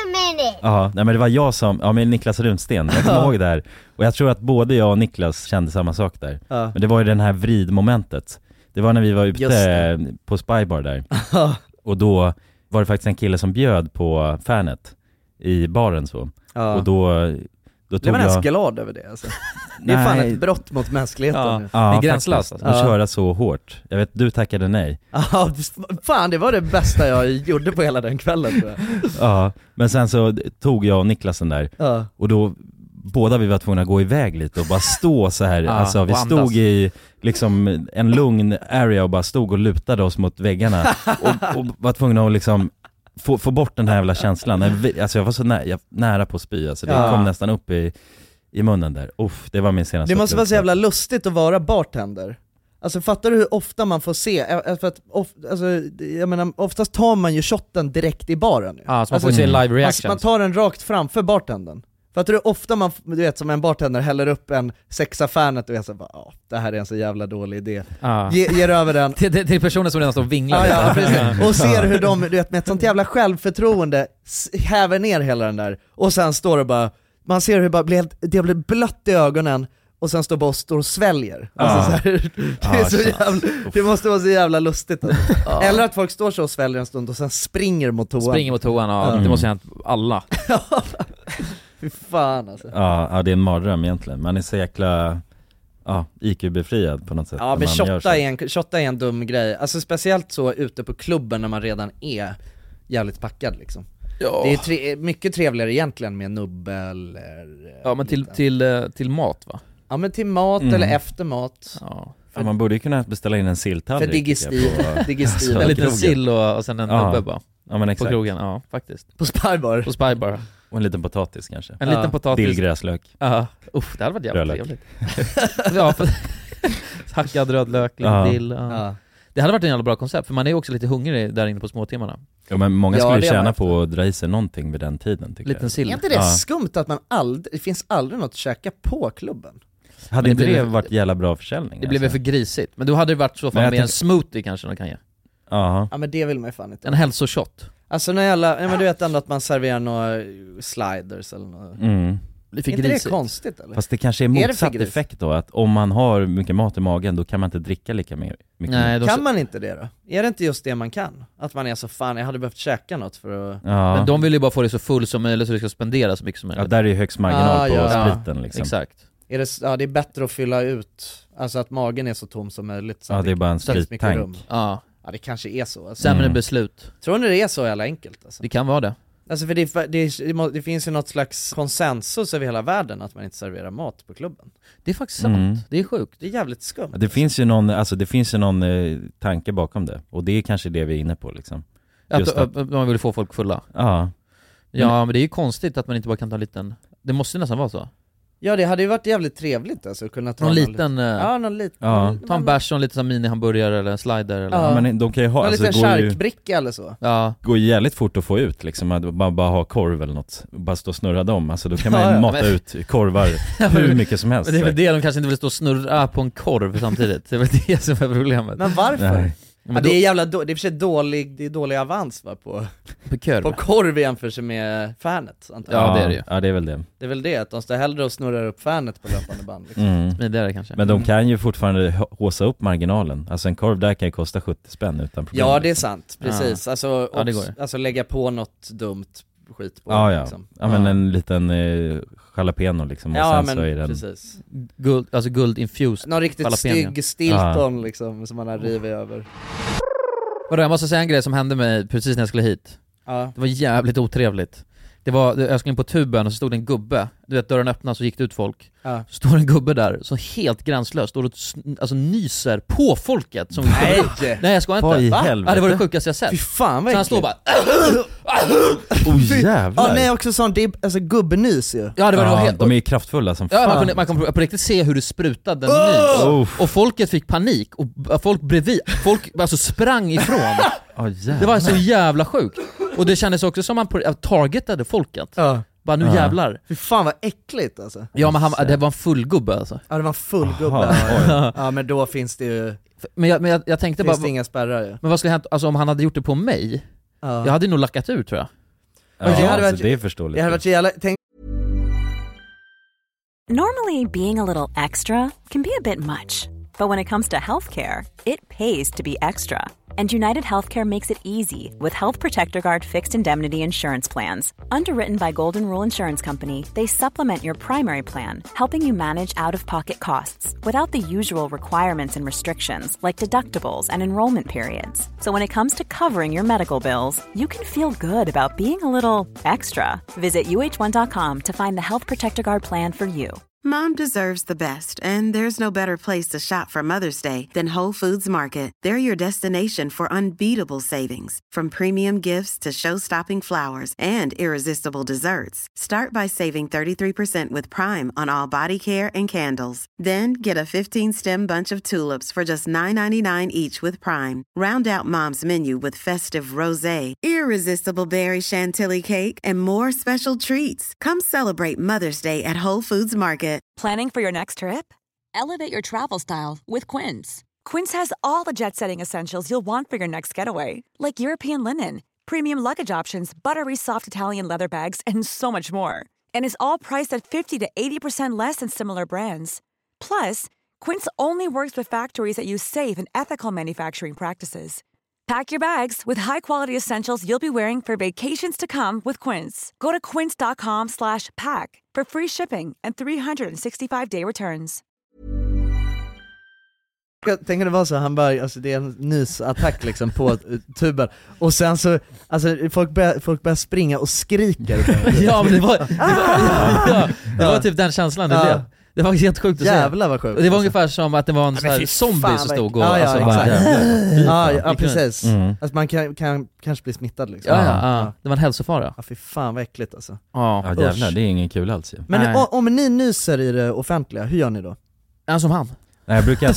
Ja, nej men det var jag som, ja men Niklas Runsten, jag kommer ihåg det här. Och jag tror att både jag och Niklas kände samma sak där. Ja. Men det var ju den här vridmomentet. Det var när vi var Just ute det. på Spybar där. Och då var det faktiskt en kille som bjöd på Fernet. i baren så. Ja. Och då, då tog Blev man jag... ens glad över det alltså? Det är fan Nej. ett brott mot mänskligheten. Ja. nu. Det är gränslöst, faktiskt. alltså. Att Ja. köra så hårt. Jag vet, du tackade nej. Ja, fan det var det bästa jag gjorde på hela den kvällen tror jag. Ja, men sen så tog jag och Niklas den där. Ja. Och då, båda vi var tvungna att gå iväg lite och bara stå så här. Ja, Alltså vi och andas. stod i liksom en lugn area och bara stod och lutade oss mot väggarna. och, och var tvungna att liksom få, få bort den här jävla känslan. Alltså jag var så nära, jag, nära på att spy. Alltså det Ja. kom nästan upp i, i munnen där. Uff, det var min senaste Det måste vara så upplevelse. jävla lustigt att vara bartender. Alltså fattar du hur ofta man får se, eh, för att of, alltså, jag menar, oftast tar man ju shotten direkt i baren ju. Ja, så man alltså, får se live man, reactions. man tar den rakt framför bartendern. Fattar du hur ofta man, du vet som en bartender häller upp en sexa Fernet och jag säger bara, ja det här är en så jävla dålig idé. Ja. Ge, ger över den. Till, till, till personer som redan står och vinglar. Ja, ja, precis. Och ser hur de, du vet, med ett sånt jävla självförtroende s- häver ner hela den där. Och sen står det bara, man ser hur det bara blir, helt- det blir blött i ögonen. Och sen står bara och, står och sväljer. Alltså, Ja. så här, det, är Ja, så sant. jävla, det måste vara så jävla lustigt alltså. Eller att folk står så och sväljer en stund och sen springer mot toan. Springer mot toan, ja. Mm. Det måste ha hänt alla. Fy fan alltså. Ja, ja, det är en mardröm egentligen. Man är så jäkla ja, I Q-befriad på något sätt. Ja när men man gör så. shotta är, en, shotta är en dum grej. Alltså speciellt så ute på klubben när man redan är jävligt packad liksom. Ja. Det är tre, mycket trevligare egentligen med nubbe eller Ja men till, till, eh, till mat va? Ja men till mat Mm. eller efter mat. Ja. Ja, man borde ju kunna beställa in en silltallrik. För digestiv, digestiv. En liten sill och, och sen en Ja. nubbe bara. Ja men På exakt. krogen, ja faktiskt. På Spybar. På Spybar. Och en liten potatis kanske. En Ja. liten potatis. Dillgräslök. Ja, uff det hade varit jävligt Rödlök. trevligt. Ja, för hackad rödlök, lite Ja. dill. Ja. Ja. Det hade varit en jävla bra koncept, för man är ju också lite hungrig där inne på småtimmarna. Ja men många Ja, skulle det ju har tjäna man på att dra i sig någonting vid den tiden tycker Liten jag. sill. Är inte det Ja. skumt att man aldrig, det finns aldrig något att käka på klubben? Hade Men inte det det blev- varit jävla bra försäljning? Det blev väl alltså? för grisigt. Men då hade det varit så Men fall jag med en tänk- smoothie kanske de kan ge. Jaha. Ja men det vill man ju fan inte. En hälsoshot. Alltså när jävla, ja men du vet ändå att man serverar några sliders eller något. Mm. Det är Är för inte det grisigt. konstigt eller? Fast det kanske är Är det för motsatt gris? effekt då, att om man har mycket mat i magen då kan man inte dricka lika mycket. Nej, de, Kan man inte det då? Är det inte just det man kan? Att man är så fan, jag hade behövt käka något för att... Ja. Men de vill ju bara få det så full som möjligt så det ska spendera så mycket som Ja, möjligt. där är ju högst marginal Ah, på ja. spriten liksom. Exakt. Är det, ja det är bättre att fylla ut, alltså att magen är så tom som möjligt så Ja, att det är bara en så att det finns mycket sprittank. rum. Ja. Ja det kanske är så alltså. Sämre Mm. beslut. Tror ni det är så jävla enkelt alltså? Det kan vara det. Alltså för det, det, det, må- det finns ju något slags konsensus över hela världen att man inte serverar mat på klubben. Det är faktiskt sant. Mm. Det är sjukt. Det är jävligt skumt. Ja, Det finns ju någon, alltså det finns ju någon eh, tanke bakom det. Och det är kanske det vi är inne på liksom. Att, Just att, att man vill få folk fulla. Ja. Ja men det är ju konstigt att man inte bara kan ta en liten. Det måste nästan vara så. Ja det hade ju varit jävligt trevligt alltså att kunna ta Någon liten, eh, Ja någon liten, Ja. någon, Ta en bärs och en liten sån mini-hamburgare eller en slider eller... Ja. Ja, men de kan ju ha, någon alltså liten det går ju, charkbricka eller så. Ja. går ju jävligt fort att få ut liksom, att bara, bara ha korv eller något, bara stå och snurra dem, alltså då kan man ju Ja, ja. mata Men- ut korvar hur mycket som helst. Men det är väl det, de kanske inte vill stå och snurra på en korv samtidigt. Det är väl det som är problemet. Men varför? Nej. Men Ja, då- det är jävla då, det är för sig dålig, det är dålig avans va på, På korv. på korv i jämförelse med fanet antar jag. Ja, det är det ju. Ja, det är väl det. Det är väl det, att de står hellre och snurrar upp fanet på löpande band liksom. Mm. Smidigare kanske. Men de kan ju fortfarande hå- håsa upp marginalen. Alltså en korv där kan ju kosta sjuttio spänn utan problem. Ja det är sant, precis. Ja. Alltså, Ja, det också, går. alltså lägga på något dumt skit på Ja, ja. liksom. Ja, men en liten eh, jalapeno liksom, och Ja sen men så är den... precis. Guld, alltså guld infused. Någon riktigt jalapeno. stygg Stilton liksom som man har rivit över. Vadå, jag måste säga en grej som hände mig precis när jag skulle hit. Ja. Det var jävligt otrevligt. Det var, jag skulle in på tuben och så stod det en gubbe. Du vet, dörren öppnas så gick det ut folk. Ja. Så står en gubbe där, så helt gränslöst, står och sn- alltså nyser på folket som Nej! Nej jag ska inte. Vad i Va? helvete? Ja, det var det sjukaste jag sett. Fy fan vad Så han äckligt. står bara Oh Fy- jävlar! Ja nej också sånt, det är alltså gubbenys ju. Ja det var Ja, nog helt... de är ju kraftfulla som Ja, man fan. kunde, man kunde på riktigt se hur det sprutade en Oh! nys. Och folket fick panik, och b- folk bredvid, folk alltså sprang ifrån. Oh, Det var så jävla sjukt. Och det kändes också som man på, äh, targetade folket. Ja. Bara nu Ja. jävlar. Fy fan vad äckligt alltså. Ja men han, det var en full gubbe alltså. Ja det var en full gubbe. Aha, Ja men då finns det ju, Men jag, men jag, jag tänkte finns bara, det inga spärrar ju. men vad skulle hända, alltså om han hade gjort det på mig? Ja. Jag hade nog lackat ur tror jag. Ja, det hade alltså, varit- det är förståeligt. Det hade varit så jävla, tänk Normally, being a little extra can be a bit much, But when it comes to healthcare, it pays to be extra. And United Healthcare makes it easy with Health Protector Guard fixed indemnity insurance plans. Underwritten by Golden Rule Insurance Company, they supplement your primary plan, helping you manage out-of-pocket costs without the usual requirements and restrictions like deductibles and enrollment periods. So when it comes to covering your medical bills, you can feel good about being a little extra. Visit U H one dot com to find the Health Protector Guard plan for you. Mom deserves the best, and there's no better place to shop for Mother's Day than Whole Foods Market. They're your destination for unbeatable savings, from premium gifts to show-stopping flowers and irresistible desserts. Start by saving thirty-three percent with Prime on all body care and candles. Then get a fifteen-stem bunch of tulips for just nine ninety-nine each with Prime. Round out Mom's menu with festive rosé, irresistible berry chantilly cake, and more special treats. Come celebrate Mother's Day at Whole Foods Market. Planning for your next trip? Elevate your travel style with Quince. Quince has all the jet-setting essentials you'll want for your next getaway, like European linen, premium luggage options, buttery soft Italian leather bags, and so much more. And is all priced at fifty to eighty percent less than similar brands. Plus, Quince only works with factories that use safe and ethical manufacturing practices. Pack your bags with high-quality essentials you'll be wearing for vacations to come with Quince. Go to quince dot com slash pack for free shipping and three sixty-five day returns. Jag tänker det var så, han bara, alltså det är en nysattack liksom på tuben. Och sen så, alltså folk börjar, folk börjar springa och skriker. Ja, men det var, det var, ja, det var typ den känslan det ja. blev. Det var helt sjukt att se. Jävlar vad sjukt. Det var ungefär som att det var en sån här zombie som stod och... Ja, ja, alltså, exakt. bara, ja, ja, precis. Mm. Alltså man kan, kan kanske bli smittad liksom. Ja, ja, ja. Det var en hälsofara. Ja, fy fan vad äckligt alltså. Ja, ja jävlar, det är ingen kul alls ju. Men o- om ni nyser i det offentliga, hur gör ni då? Ja, som han. Nej, jag brukar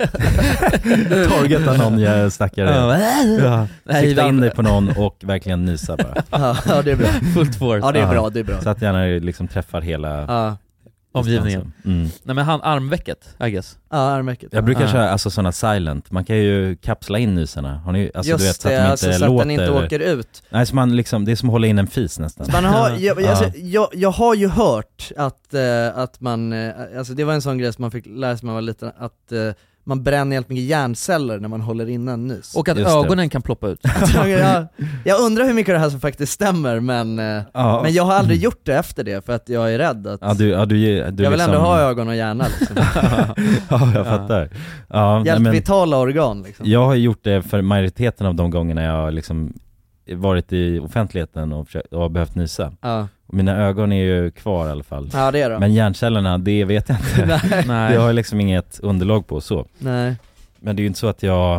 targeta någon jag snackar ja. Nej, sikta in dig på någon och verkligen nysa bara. Ja, det är bra. Fullt force. Ja, det är bra, det är bra. Så att jag gärna liksom träffar hela ja. omgivningen. Mm. Nej, men han armvecket, I guess. Ja, armvecket. Jag brukar ja. köra alltså sådana silent. Man kan ju kapsla in nyserna. Har ni, alltså, just du vet, så det, att de inte alltså, så låter, att den inte åker ut. Nej, så man liksom, det är som att hålla in en fis nästan. Man har, jag, alltså, jag, jag har ju hört att, uh, att man, uh, alltså det var en sån grej som man fick lära sig när man var liten, att uh, man bränner helt mycket hjärnceller när man håller in en nys. Och att just ögonen det. kan ploppa ut. jag, jag undrar hur mycket det här som faktiskt stämmer, men, ja. men jag har aldrig gjort det efter det för att jag är rädd att ja, du, ja, du, du jag vill liksom... ändå ha ögon och hjärna liksom. Ja, jag fattar. Ja, Hjälp men, vitala organ liksom. Jag har gjort det för majoriteten av de gångerna jag har liksom varit i offentligheten och, försökt, och har behövt nysa. Ja. Och mina ögon är ju kvar i alla fall. Ja, det är då. Men hjärncellerna, det vet jag inte. Nej. Det har jag liksom inget underlag på så. Nej. Men det är ju inte så att jag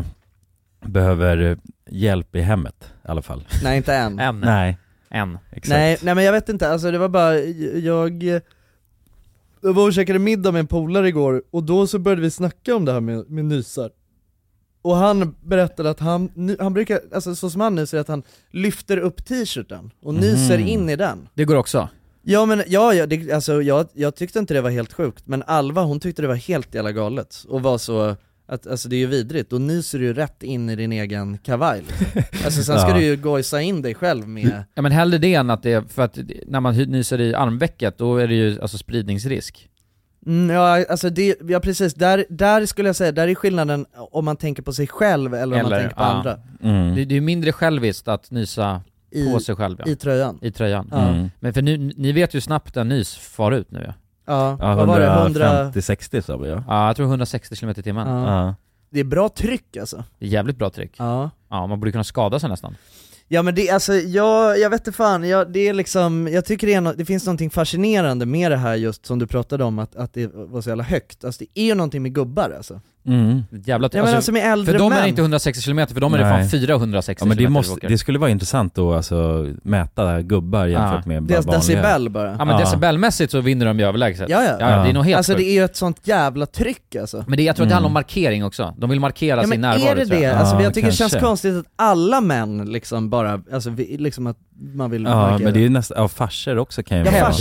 behöver hjälp i hemmet i alla fall. Nej, inte än. Än. Nej. Än. Exakt. Nej, nej men jag vet inte, alltså det var bara, jag, jag var och käkade middag med en polare igår och då så började vi snacka om det här med, med nysar. Och han berättade att han, han brukar, alltså så som han nyser, att han lyfter upp t-shirten och nyser Mm. in i den. Det går också. Ja men, ja, ja det, alltså jag, jag tyckte inte det var helt sjukt, men Alva hon tyckte det var helt jävla galet och var så, att alltså det är ju vidrigt, då nyser du ju rätt in i din egen kavaj liksom. Alltså sen ska Ja. du ju gojsa in dig själv med... Ja, men hellre det än att det, för att när man nyser i armvecket då är det ju alltså spridningsrisk. Mm, ja, alltså det, ja precis, där, där skulle jag säga, där är skillnaden om man tänker på sig själv eller om Eller, man tänker på ja. andra. Mm. Det, det är ju mindre själviskt att nysa I, på sig själv. Ja. I tröjan. I tröjan. Ja. Mm. Men för nu, ni vet ju snabbt en nys far ut nu. Ja, Ja, Ja, vad var det? hundra... hundrafemtio sextio sa vi, ja. ja jag tror hundrasextio kilometer i timmen. Ja. Ja. Det är bra tryck alltså. Det är jävligt bra tryck. Ja. Ja, man borde kunna skada sig nästan. Ja men det, alltså, jag, jag vet inte fan, jag, det är liksom, jag tycker det, är no, det finns någonting fascinerande med det här just som du pratade om, att, att det var så jävla högt. Alltså det är ju någonting med gubbar alltså. Mm. Jävla Ja, men alltså med äldre för dem män. är det inte hundrasextio kilometer, för dem är det Nej. fan fyrahundrasextio Ja, men det, kilometer. måste, det skulle vara intressant då, alltså mäta gubbar jämfört Ja. med bara Deras vanliga. decibel bara. Ja men Ja. decibelmässigt så vinner de ju överlägset. Ja, ja. ja, det är nog helt Alltså sjukt. det är ju ett sånt jävla tryck alltså. Men det, jag tror att det Mm. handlar om markering också. De vill markera Ja sin men närvaro. är det tror det? jag. Alltså Ja, jag tycker det kanske. känns konstigt att alla män liksom bara, alltså vi, liksom att man vill Ja, markera. men det är ju nästan, ja farsor också kan ju Ja, vara. farsor.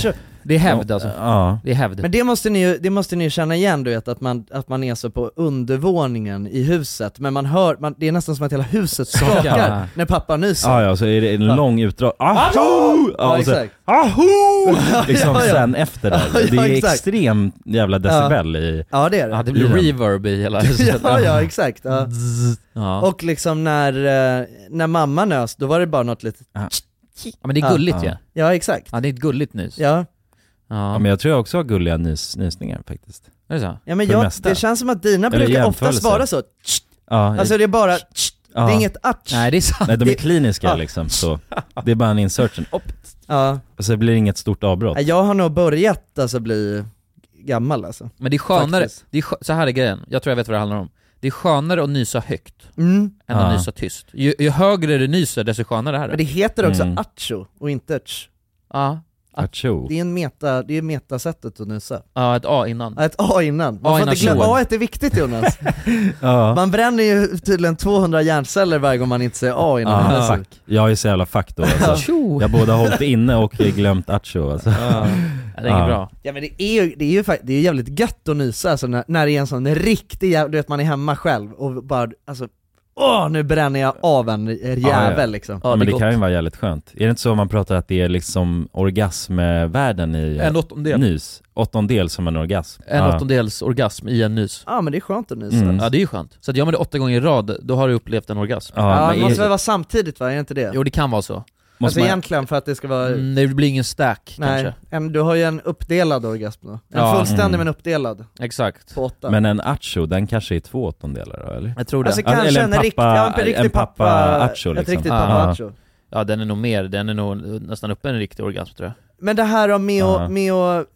Det är hävd alltså. Ja. Det är hävd. Men det måste ni ju, det måste ni ju känna igen, du vet, att man, att man är så på undervåningen i huset, men man hör, man, det är nästan som att hela huset skakar Ja. när pappa nyser. Ja, ja, så är det en Ja. lång utdrag. Aho! Ja, Ja, och så, exakt. Aho! Liksom Ja, ja. sen efter där. Ja, Det är exakt. extrem jävla decibel i... Ja, det är det. Ja, det blir reverb i hela huset. Ja, ja, exakt. Ja. Ja. Och liksom när, eh, när mamma nös, då var det bara något litet... Ja. Ja, men det är gulligt Ja. ja. Ja, exakt. Ja, det är ett gulligt nys. Ja. Ja, men jag tror jag också har gulliga nys, nysningar faktiskt. Är det så? Ja, men För jag, mesta. det känns som att dina Eller brukar jämförelser. oftast vara så. Ja, Alltså det är bara, ja. det är inget atch. Nej, det är sant. Nej, de är det- kliniska Ja. liksom, så det är bara en insertion. Upp. Ja. Och så blir det inget stort avbrott. Ja, jag har nog börjat alltså bli gammal alltså. Men det är skönare, Faktiskt. det är skö- så här är grejen, jag tror jag vet vad det handlar om. Det är skönare att nysa högt Mm. än Ja. att nysa tyst. Ju, ju högre du nyser, desto skönare är det. Men det heter också Mm. acho och inte tch. Ja, Acho. Det är en meta, det är metasättet att nysa. ja, ett A innan. Ja, ett A innan. Man A får innan inte glömma, tjoen. A är viktigt Jonas. Ja. Man bränner ju tydligen tvåhundra hjärnceller varje gång man inte säger A innan man Ja, nyser. fuck. Jag är så jävla fuck då alltså. Tjo! Jag både har hållit inne och glömt acho alltså. Ja, det är inget Ja. bra. Ja men det är ju, det är ju, fa- det är ju jävligt gött att nysa alltså, när, när det är en sån riktig jävla, du vet man är hemma själv och bara, alltså åh nu bränner jag av en jävel Ja, ja. liksom. Ja, Ja, men det är det gott. kan ju vara jävligt skönt. Är det inte så man pratar att det är liksom orgasmvärlden i En åttondel. nys? Åttondel som en orgasm. En Ja. åttondels orgasm i en nys. Ja men det är skönt att nysa. Mm. Ja, det är ju skönt. Så att gör man det åtta gånger i rad, då har du upplevt en orgasm. Ja, Ja, men det måste är, väl vara samtidigt va, är det inte det? Jo, det kan vara så. måste Alltså man, egentligen för att det ska vara, Mm, det blir ingen stack nej, kanske. en, du har ju en uppdelad orgasm då. En Ja. fullständig Mm. men uppdelad Exakt. på åtta. men en acho, den kanske är två åttondelar då, eller? Jag tror det. Alltså Alltså, kanske eller en en, pappa- rikt, ja, en riktig en pappa acho, ett liksom. riktigt Ah. pappa Ja. acho. Ja, den är nog mer, den är nog nästan uppe i en riktig orgasm tror jag. Men det här med, Ja. att, med att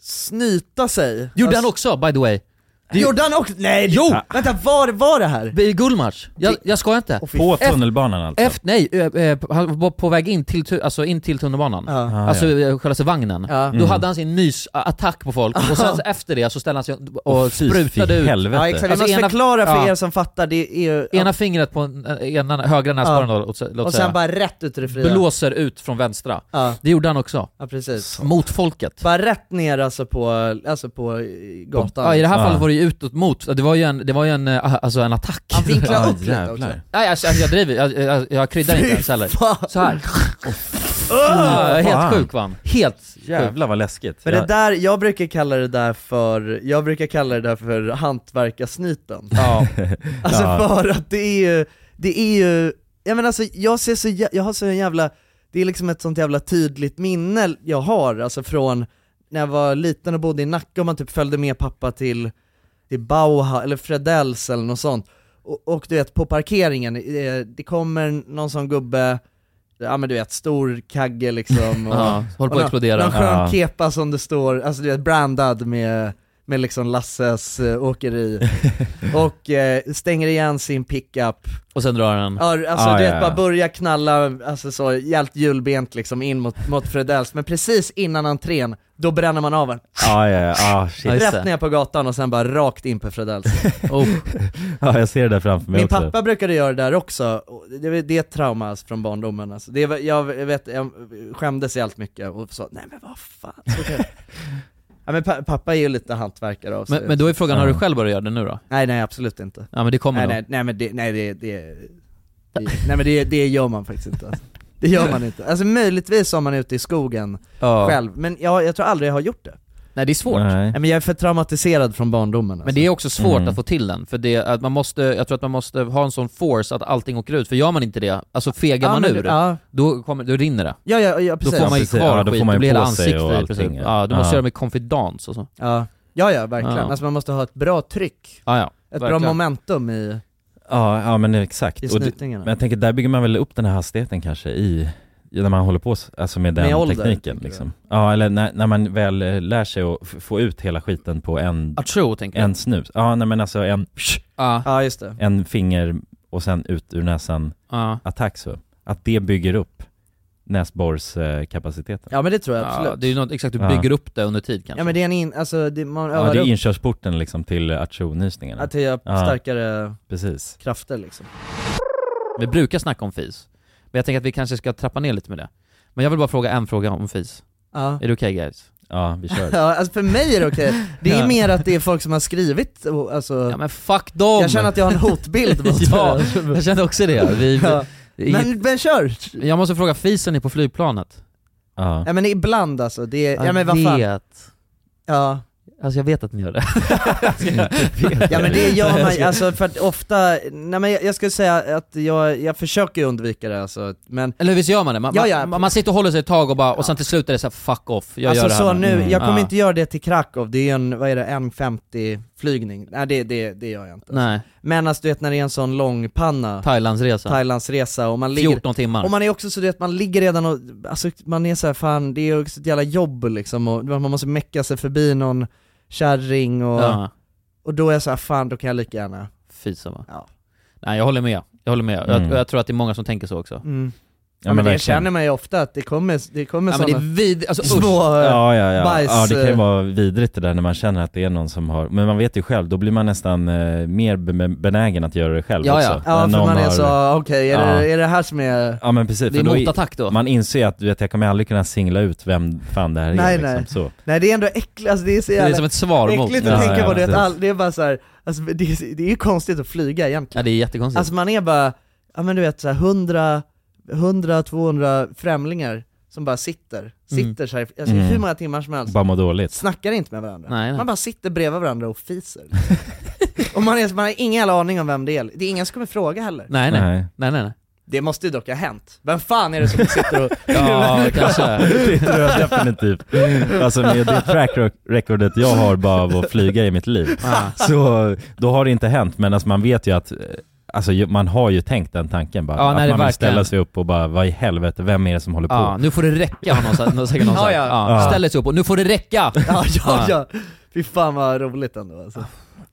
snyta sig. Gjorde han Alltså- också, by the way? Det- Gjorde han också? Nej! Jo! Ja. Vänta, var var det här? I Gullmars. Jag, jag ska inte. Åh, fy På Efter- tunnelbanan alltså? Efter, nej, ö, ö, han var på väg in till, tu- alltså in till tunnelbanan. Ja. Ah, Alltså ja. ja. själva vagnen. Ja. Då Mm. hade han sin nysattack på folk, och sen så efter det så ställde han sig och Åh, fy, sprutade fy ut helvete. Ja exakt, vi Alltså, måste ena- förklara för ja. er som fattar, det är ju... ena fingret på en, ena högra näsborren Ja. då, låt, låt och säga, sen bara rätt ut i det fria. blåser ut från vänstra. Ja. Det gjorde han också. Ja precis. Mot folket. Bara rätt ner alltså på, alltså på eh, gatan. Ja, i det här Ja. fallet var det ju utåt mot, det var ju en, det var ju en, eh, alltså en attack. Han vinklade Ja, upp lite också. jävlar. Nej alltså, jag driver, jag, jag, jag kryddar inte ens heller. Fan. Så här. Öh! Ja, helt fan. sjuk va? Helt sjuk. Jävlar vad läskigt. Men Ja. det där, jag brukar kalla det där för, jag brukar kalla det där för hantverkarsnyten. Ja. Alltså Ja. för att det är ju, det är ju, jag menar alltså jag ser så, jä- jag har så en jävla, det är liksom ett sånt jävla tydligt minne jag har, alltså från när jag var liten och bodde i Nacka och man typ följde med pappa till, till Bauhaus eller Fredells eller något sånt. Och, och du vet, på parkeringen, eh, det kommer någon sån gubbe, ja men du vet, stor kagge liksom och, Ja, håller på att och explodera. någon skön Ja. kepa som det står, alltså du vet, brandad med, med liksom Lasses uh, åkeri och eh, stänger igen sin pickup. Och sen drar han. Ja, alltså Ah, du ja, vet, ja. bara börja knalla, alltså så hjält hjulbent liksom in mot, mot Fredells, men precis innan entrén, då bränner man av en. Ja, ja, ja, ah, shit. Ja, just det. Rätt ner på gatan och sen bara rakt in på Fredells. Oh. Ja, jag ser det där framför mig Min också. pappa brukade göra det där också, och det, det är ett trauma alltså från barndomen alltså. Det var, jag vet, jag skämdes jävligt mycket och sa, nej men vad fan, så kan jag... Ja men pa- pappa är ju lite hantverkare av sig. Men, men då är frågan, har Ja. du själv börjat göra det nu då? Nej nej absolut inte. Ja men det kommer Nej då. nej, nej men det, nej det, det, det nej men det, det gör man faktiskt inte alltså. Det gör man inte. Alltså möjligtvis om man är ute i skogen Ja. själv, men jag, jag tror aldrig jag har gjort det. Nej det är svårt. Nej. Nej men jag är för traumatiserad från barndomen alltså. Men det är också svårt Mm. att få till den, för det, att man måste, jag tror att man måste ha en sån force att allting åker ut, för gör man inte det, alltså fegar Ja, man men ur, det- ja. då, kommer, då rinner det. Ja ja, ja Då precis. får man ju precis. kvar Ja, då skit, får man då ju blir hela på sig och ansiktet i allting, princip. ja. Ja, du måste Ja. göra med konfidens och så. Ja, ja, ja verkligen. Ja. Alltså man måste ha ett bra tryck, Ja, ja. ett verkligen. bra momentum i, Ja, ja men exakt. i Och det, snytingarna. men jag tänker, där bygger man väl upp den här hastigheten kanske i, i när man håller på s- alltså med den Med ålder, tekniken tänker liksom. Ja, eller när, när man väl eh, lär sig att f- få ut hela skiten på en, Acho, tänker jag. en snus. Ja, nej men alltså en, Ja, Ja just det. en finger och sen ut ur näsan ja. attack så. Att det bygger upp näsborrskapaciteten. Ja men det tror jag Ja, absolut. det är ju något, exakt, du Ja. bygger upp det under tid kanske. Ja men det är en in, alltså det, man Ja, övar det är upp inkörsporten liksom till acho-nysningarna. att jag Ja. starkare Precis. krafter liksom. Vi brukar snacka om fis, men jag tänker att vi kanske ska trappa ner lite med det. Men jag vill bara fråga en fråga om fis. Ja. Är det okej guys? ja, vi kör. Ja, alltså för mig är det okej. Det är Ja. mer att det är folk som har skrivit och, alltså, Ja men fuck dem! jag känner att jag har en hotbild mot Ja, det. jag kände också det. Vi, Ja. vi, Men, men kör! Jag måste fråga, fisen är på flygplanet? Ja. Ja men ibland alltså, det är, ja, Jag men vad fan. vet. Ja. Alltså jag vet att ni gör det. Ja men det gör man, alltså för att ofta, nej men jag, jag skulle säga att jag, jag försöker undvika det alltså, men Eller visst gör man det? Man, Ja, ja. man, man sitter och håller sig ett tag och bara, och sen till slut är det så här: fuck off, jag alltså gör det här så nu, Mm. jag kommer Ja. inte göra det till Krakow, det är en, vad är det, en femtio flygning, nej det, det, det gör jag inte. Nej. Men alltså du vet när det är en sån lång panna, Thailandsresa. Thailandsresa och man ligger, fjorton timmar. och man är också så att man ligger redan och, alltså man är så här, fan det är också ett jävla jobb liksom, och man måste mecka sig förbi någon kärring och, Ja. och då är jag så här, fan då kan jag lika gärna Fisa va? Ja. Nej jag håller med, jag håller med. Mm. Jag, jag tror att det är många som tänker så också. Mm. Ja, Ja, men det verkligen. känner man ju ofta att det kommer, det kommer Ja men det såna är vid, alltså usch. små Ja, ja, ja. bajs, ja, det kan ju eh. vara vidrigt det där när man känner att det är någon som har, men man vet ju själv, då blir man nästan eh, mer be- benägen att göra det själv Ja, också. ja. Ja, När för någon man är har- så, okej, är, Ja. det, är det här som är... Ja men precis, Det är för då motattack då. man inser att du vet, jag kommer aldrig kunna singla ut vem fan det här Nej, är liksom. nej. Så. Nej det är ändå äckligt, alltså det är så Det är jävla som ett svar mot. äckligt Ja, att tänka ja, på det, precis. all, det är bara så här, alltså det, är- det är ju konstigt att flyga egentligen. Ja det är jättekonstigt. Alltså man är bara, ja men du vet så här hundra, hundra, tvåhundra främlingar som bara sitter, sitter så här, alltså Mm. hur många timmar som helst. Bara må dåligt. Snackar inte med varandra. Nej, nej. Man bara sitter bredvid varandra och fiser. Och man, är, man har ingen jävla aning om vem det är. Det är ingen som kommer fråga heller. nej, nej Nej. nej nej nej. Det måste ju dock ha hänt. Vem fan är det som sitter och... Ja kanske. Det tror jag definitivt. Alltså med det track recordet jag har bara av att flyga i mitt liv, Ja. så då har det inte hänt, men alltså man vet ju att alltså man har ju tänkt den tanken bara, Ja, att nej, man det vill verkligen. ställa sig upp och bara, vad i helvete, vem är det som håller på? Ja, nu får det räcka har någon sagt, någon, säkert någon sagt. Ja, Ja, ja. Ja. Ställ dig upp och nu får det räcka! Ja, ja, ja. Fy fan vad roligt ändå alltså.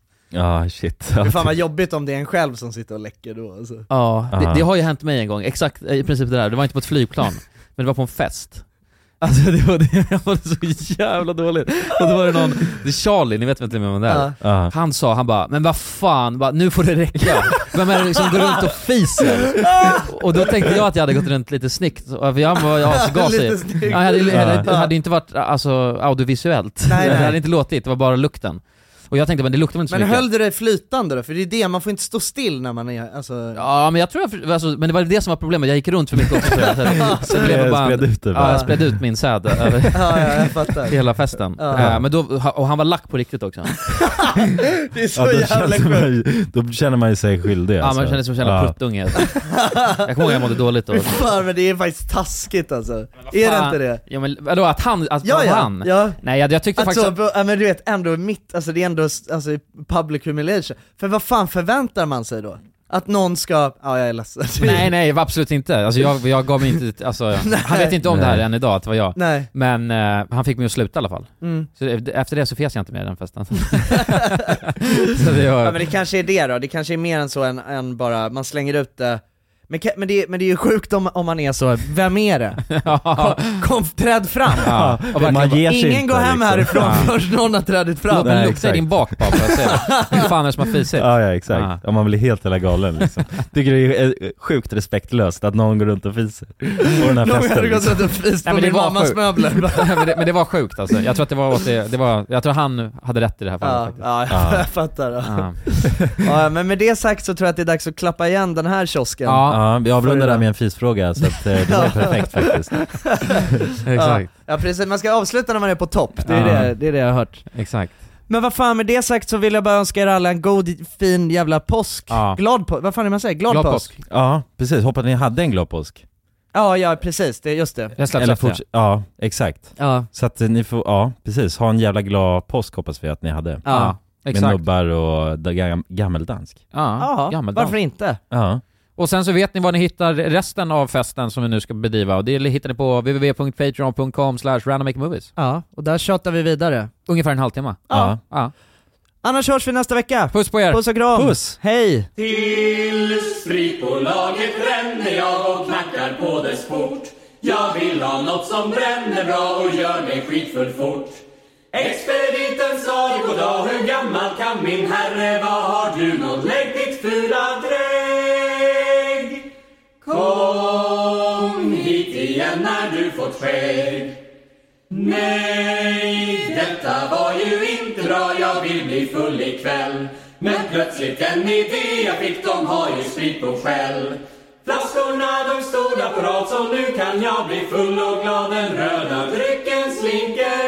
Ja, shit. Fy fan vad jobbigt om det är en själv som sitter och läcker då alltså. Ja, det, Aha. det har ju hänt mig en gång, exakt i princip det där. Det var inte på ett flygplan, men det var på en fest. Alltså det var, det, jag var så jävla dåligt. Och då var det någon, det är Charlie, ni vet inte vem det är. Ja. Ja. Han sa, han bara, men vad fan, bara, nu får det räcka. Vem är det som går runt och fiser? Och då tänkte jag att jag hade gått runt lite snyggt, för jag var ja, så gasig. Lite snyggt. Ja, jag hade, jag hade, Ja. det hade inte varit alltså, audiovisuellt. Nej, Det nej. hade inte låtit, det var bara lukten. Och jag tänkte, men det luktar väl inte så Men mycket. höll du dig flytande då? För det är det, man får inte stå still när man är, alltså... Ja men jag tror jag, alltså, men det var det som var problemet, jag gick runt för mycket också så jag, så jag, så jag blev Jag bara, spred ut det bara. ja, jag spred ut min säd över Ja, ja, jag fattar. hela festen. Ja. Eh, men då, och han var lack på riktigt också. Det är så Ja, då, jävla känner man sjukt. ju, då känner man ju sig skyldig Ja alltså. man kände som en jävla Ja. pruttunge. Jag kommer ihåg jag mådde dåligt då. Fy fan, men det är faktiskt taskigt alltså. Är det inte det? Ja men vadå, att han, att Ja, var ja, han? ja. Nej jag, jag tyckte Alltså, faktiskt ja, men du vet ändå mitt, alltså det är ändå alltså, public humiliation. För vad fan förväntar man sig då? Att någon ska, ja jag är ledsen. Nej nej absolut inte, alltså jag, jag gav mig inte, alltså, han vet inte om det här än idag att det var jag. Nej. Men eh, han fick mig att sluta i alla fall. Mm. Så det- efter det så fes jag inte mer i den festen. Så det var... Ja men det kanske är det då, det kanske är mer än så än, än bara, man slänger ut det. Men, ka- men, det, men det är ju sjukt om, om man är så, vem är det? Kom, kom träd fram! Ja, och Man verkligen ger sig Ingen inte, går hem liksom. härifrån Ja. förrän någon har trädit fram. Låt mig Nej, lukta i exakt. din bak bara för att se det. Hur fan är det som har fisit? Ja, ja exakt. Ja. Ja, man blir helt hela galen liksom. Tycker det är eh, sjukt respektlöst att någon går runt och fiser på den här Någon festen hade gått liksom. runt och fryst Nej, på men det min var mammas sjukt. möbler. men, det, men det var sjukt alltså. Jag tror att det var, åt det, det var jag tror han hade rätt i det här fallet Ja, faktiskt. ja, Ja. jag fattar. Ja. Ja. Ja, men med det sagt så tror jag att det är dags att klappa igen den här kiosken. Ja. Ja, vi avrundar där med en fisfråga så att eh, det var perfekt faktiskt. Exakt. Ja, ja precis, man ska avsluta när man är på topp, det är, Ja. det, det är det jag har hört. Exakt. Men vad fan, med det sagt så vill jag bara önska er alla en god, fin jävla påsk. Ja. Glad påsk, vad fan är man säger? Glad, Glad påsk. påsk. Ja, precis. Hoppas ni hade en glad påsk. Ja, ja precis, det, just det. Jag släpps Eller efter. forts- ja, exakt. Ja, Så att eh, ni får, ja precis, ha en jävla glad påsk hoppas vi att ni hade. ja. Ja, Med exakt. nubbar och da- gam- gammeldansk. Ja, Ja, gammaldags. varför inte? Ja. Och sen så vet ni var ni hittar resten av festen som vi nu ska bedriva, och det hittar ni på w w w punkt patreon punkt com slash randommakemovies. Ja, och där tjatar vi vidare. Ungefär en halvtimme. Ja. Ja. Annars hörs vi nästa vecka. Puss på er! Puss och kram. Puss. Hej! Till spritbolaget ränner jag och knackar på dess port. Jag vill ha något som bränner bra och gör mig skitfull fort. Expediten sa goddag, hur gammal kan min herre vara? Har du något lägg ditt fula drägg? Kom hit igen när du fått skägg. Nej, detta var ju inte bra, jag vill bli full ikväll. Men plötsligt en idé jag fick, de har ju sprit på skäll. Flaskorna de stod där på rad, så nu kan jag bli full och glad. Den röda drycken slinker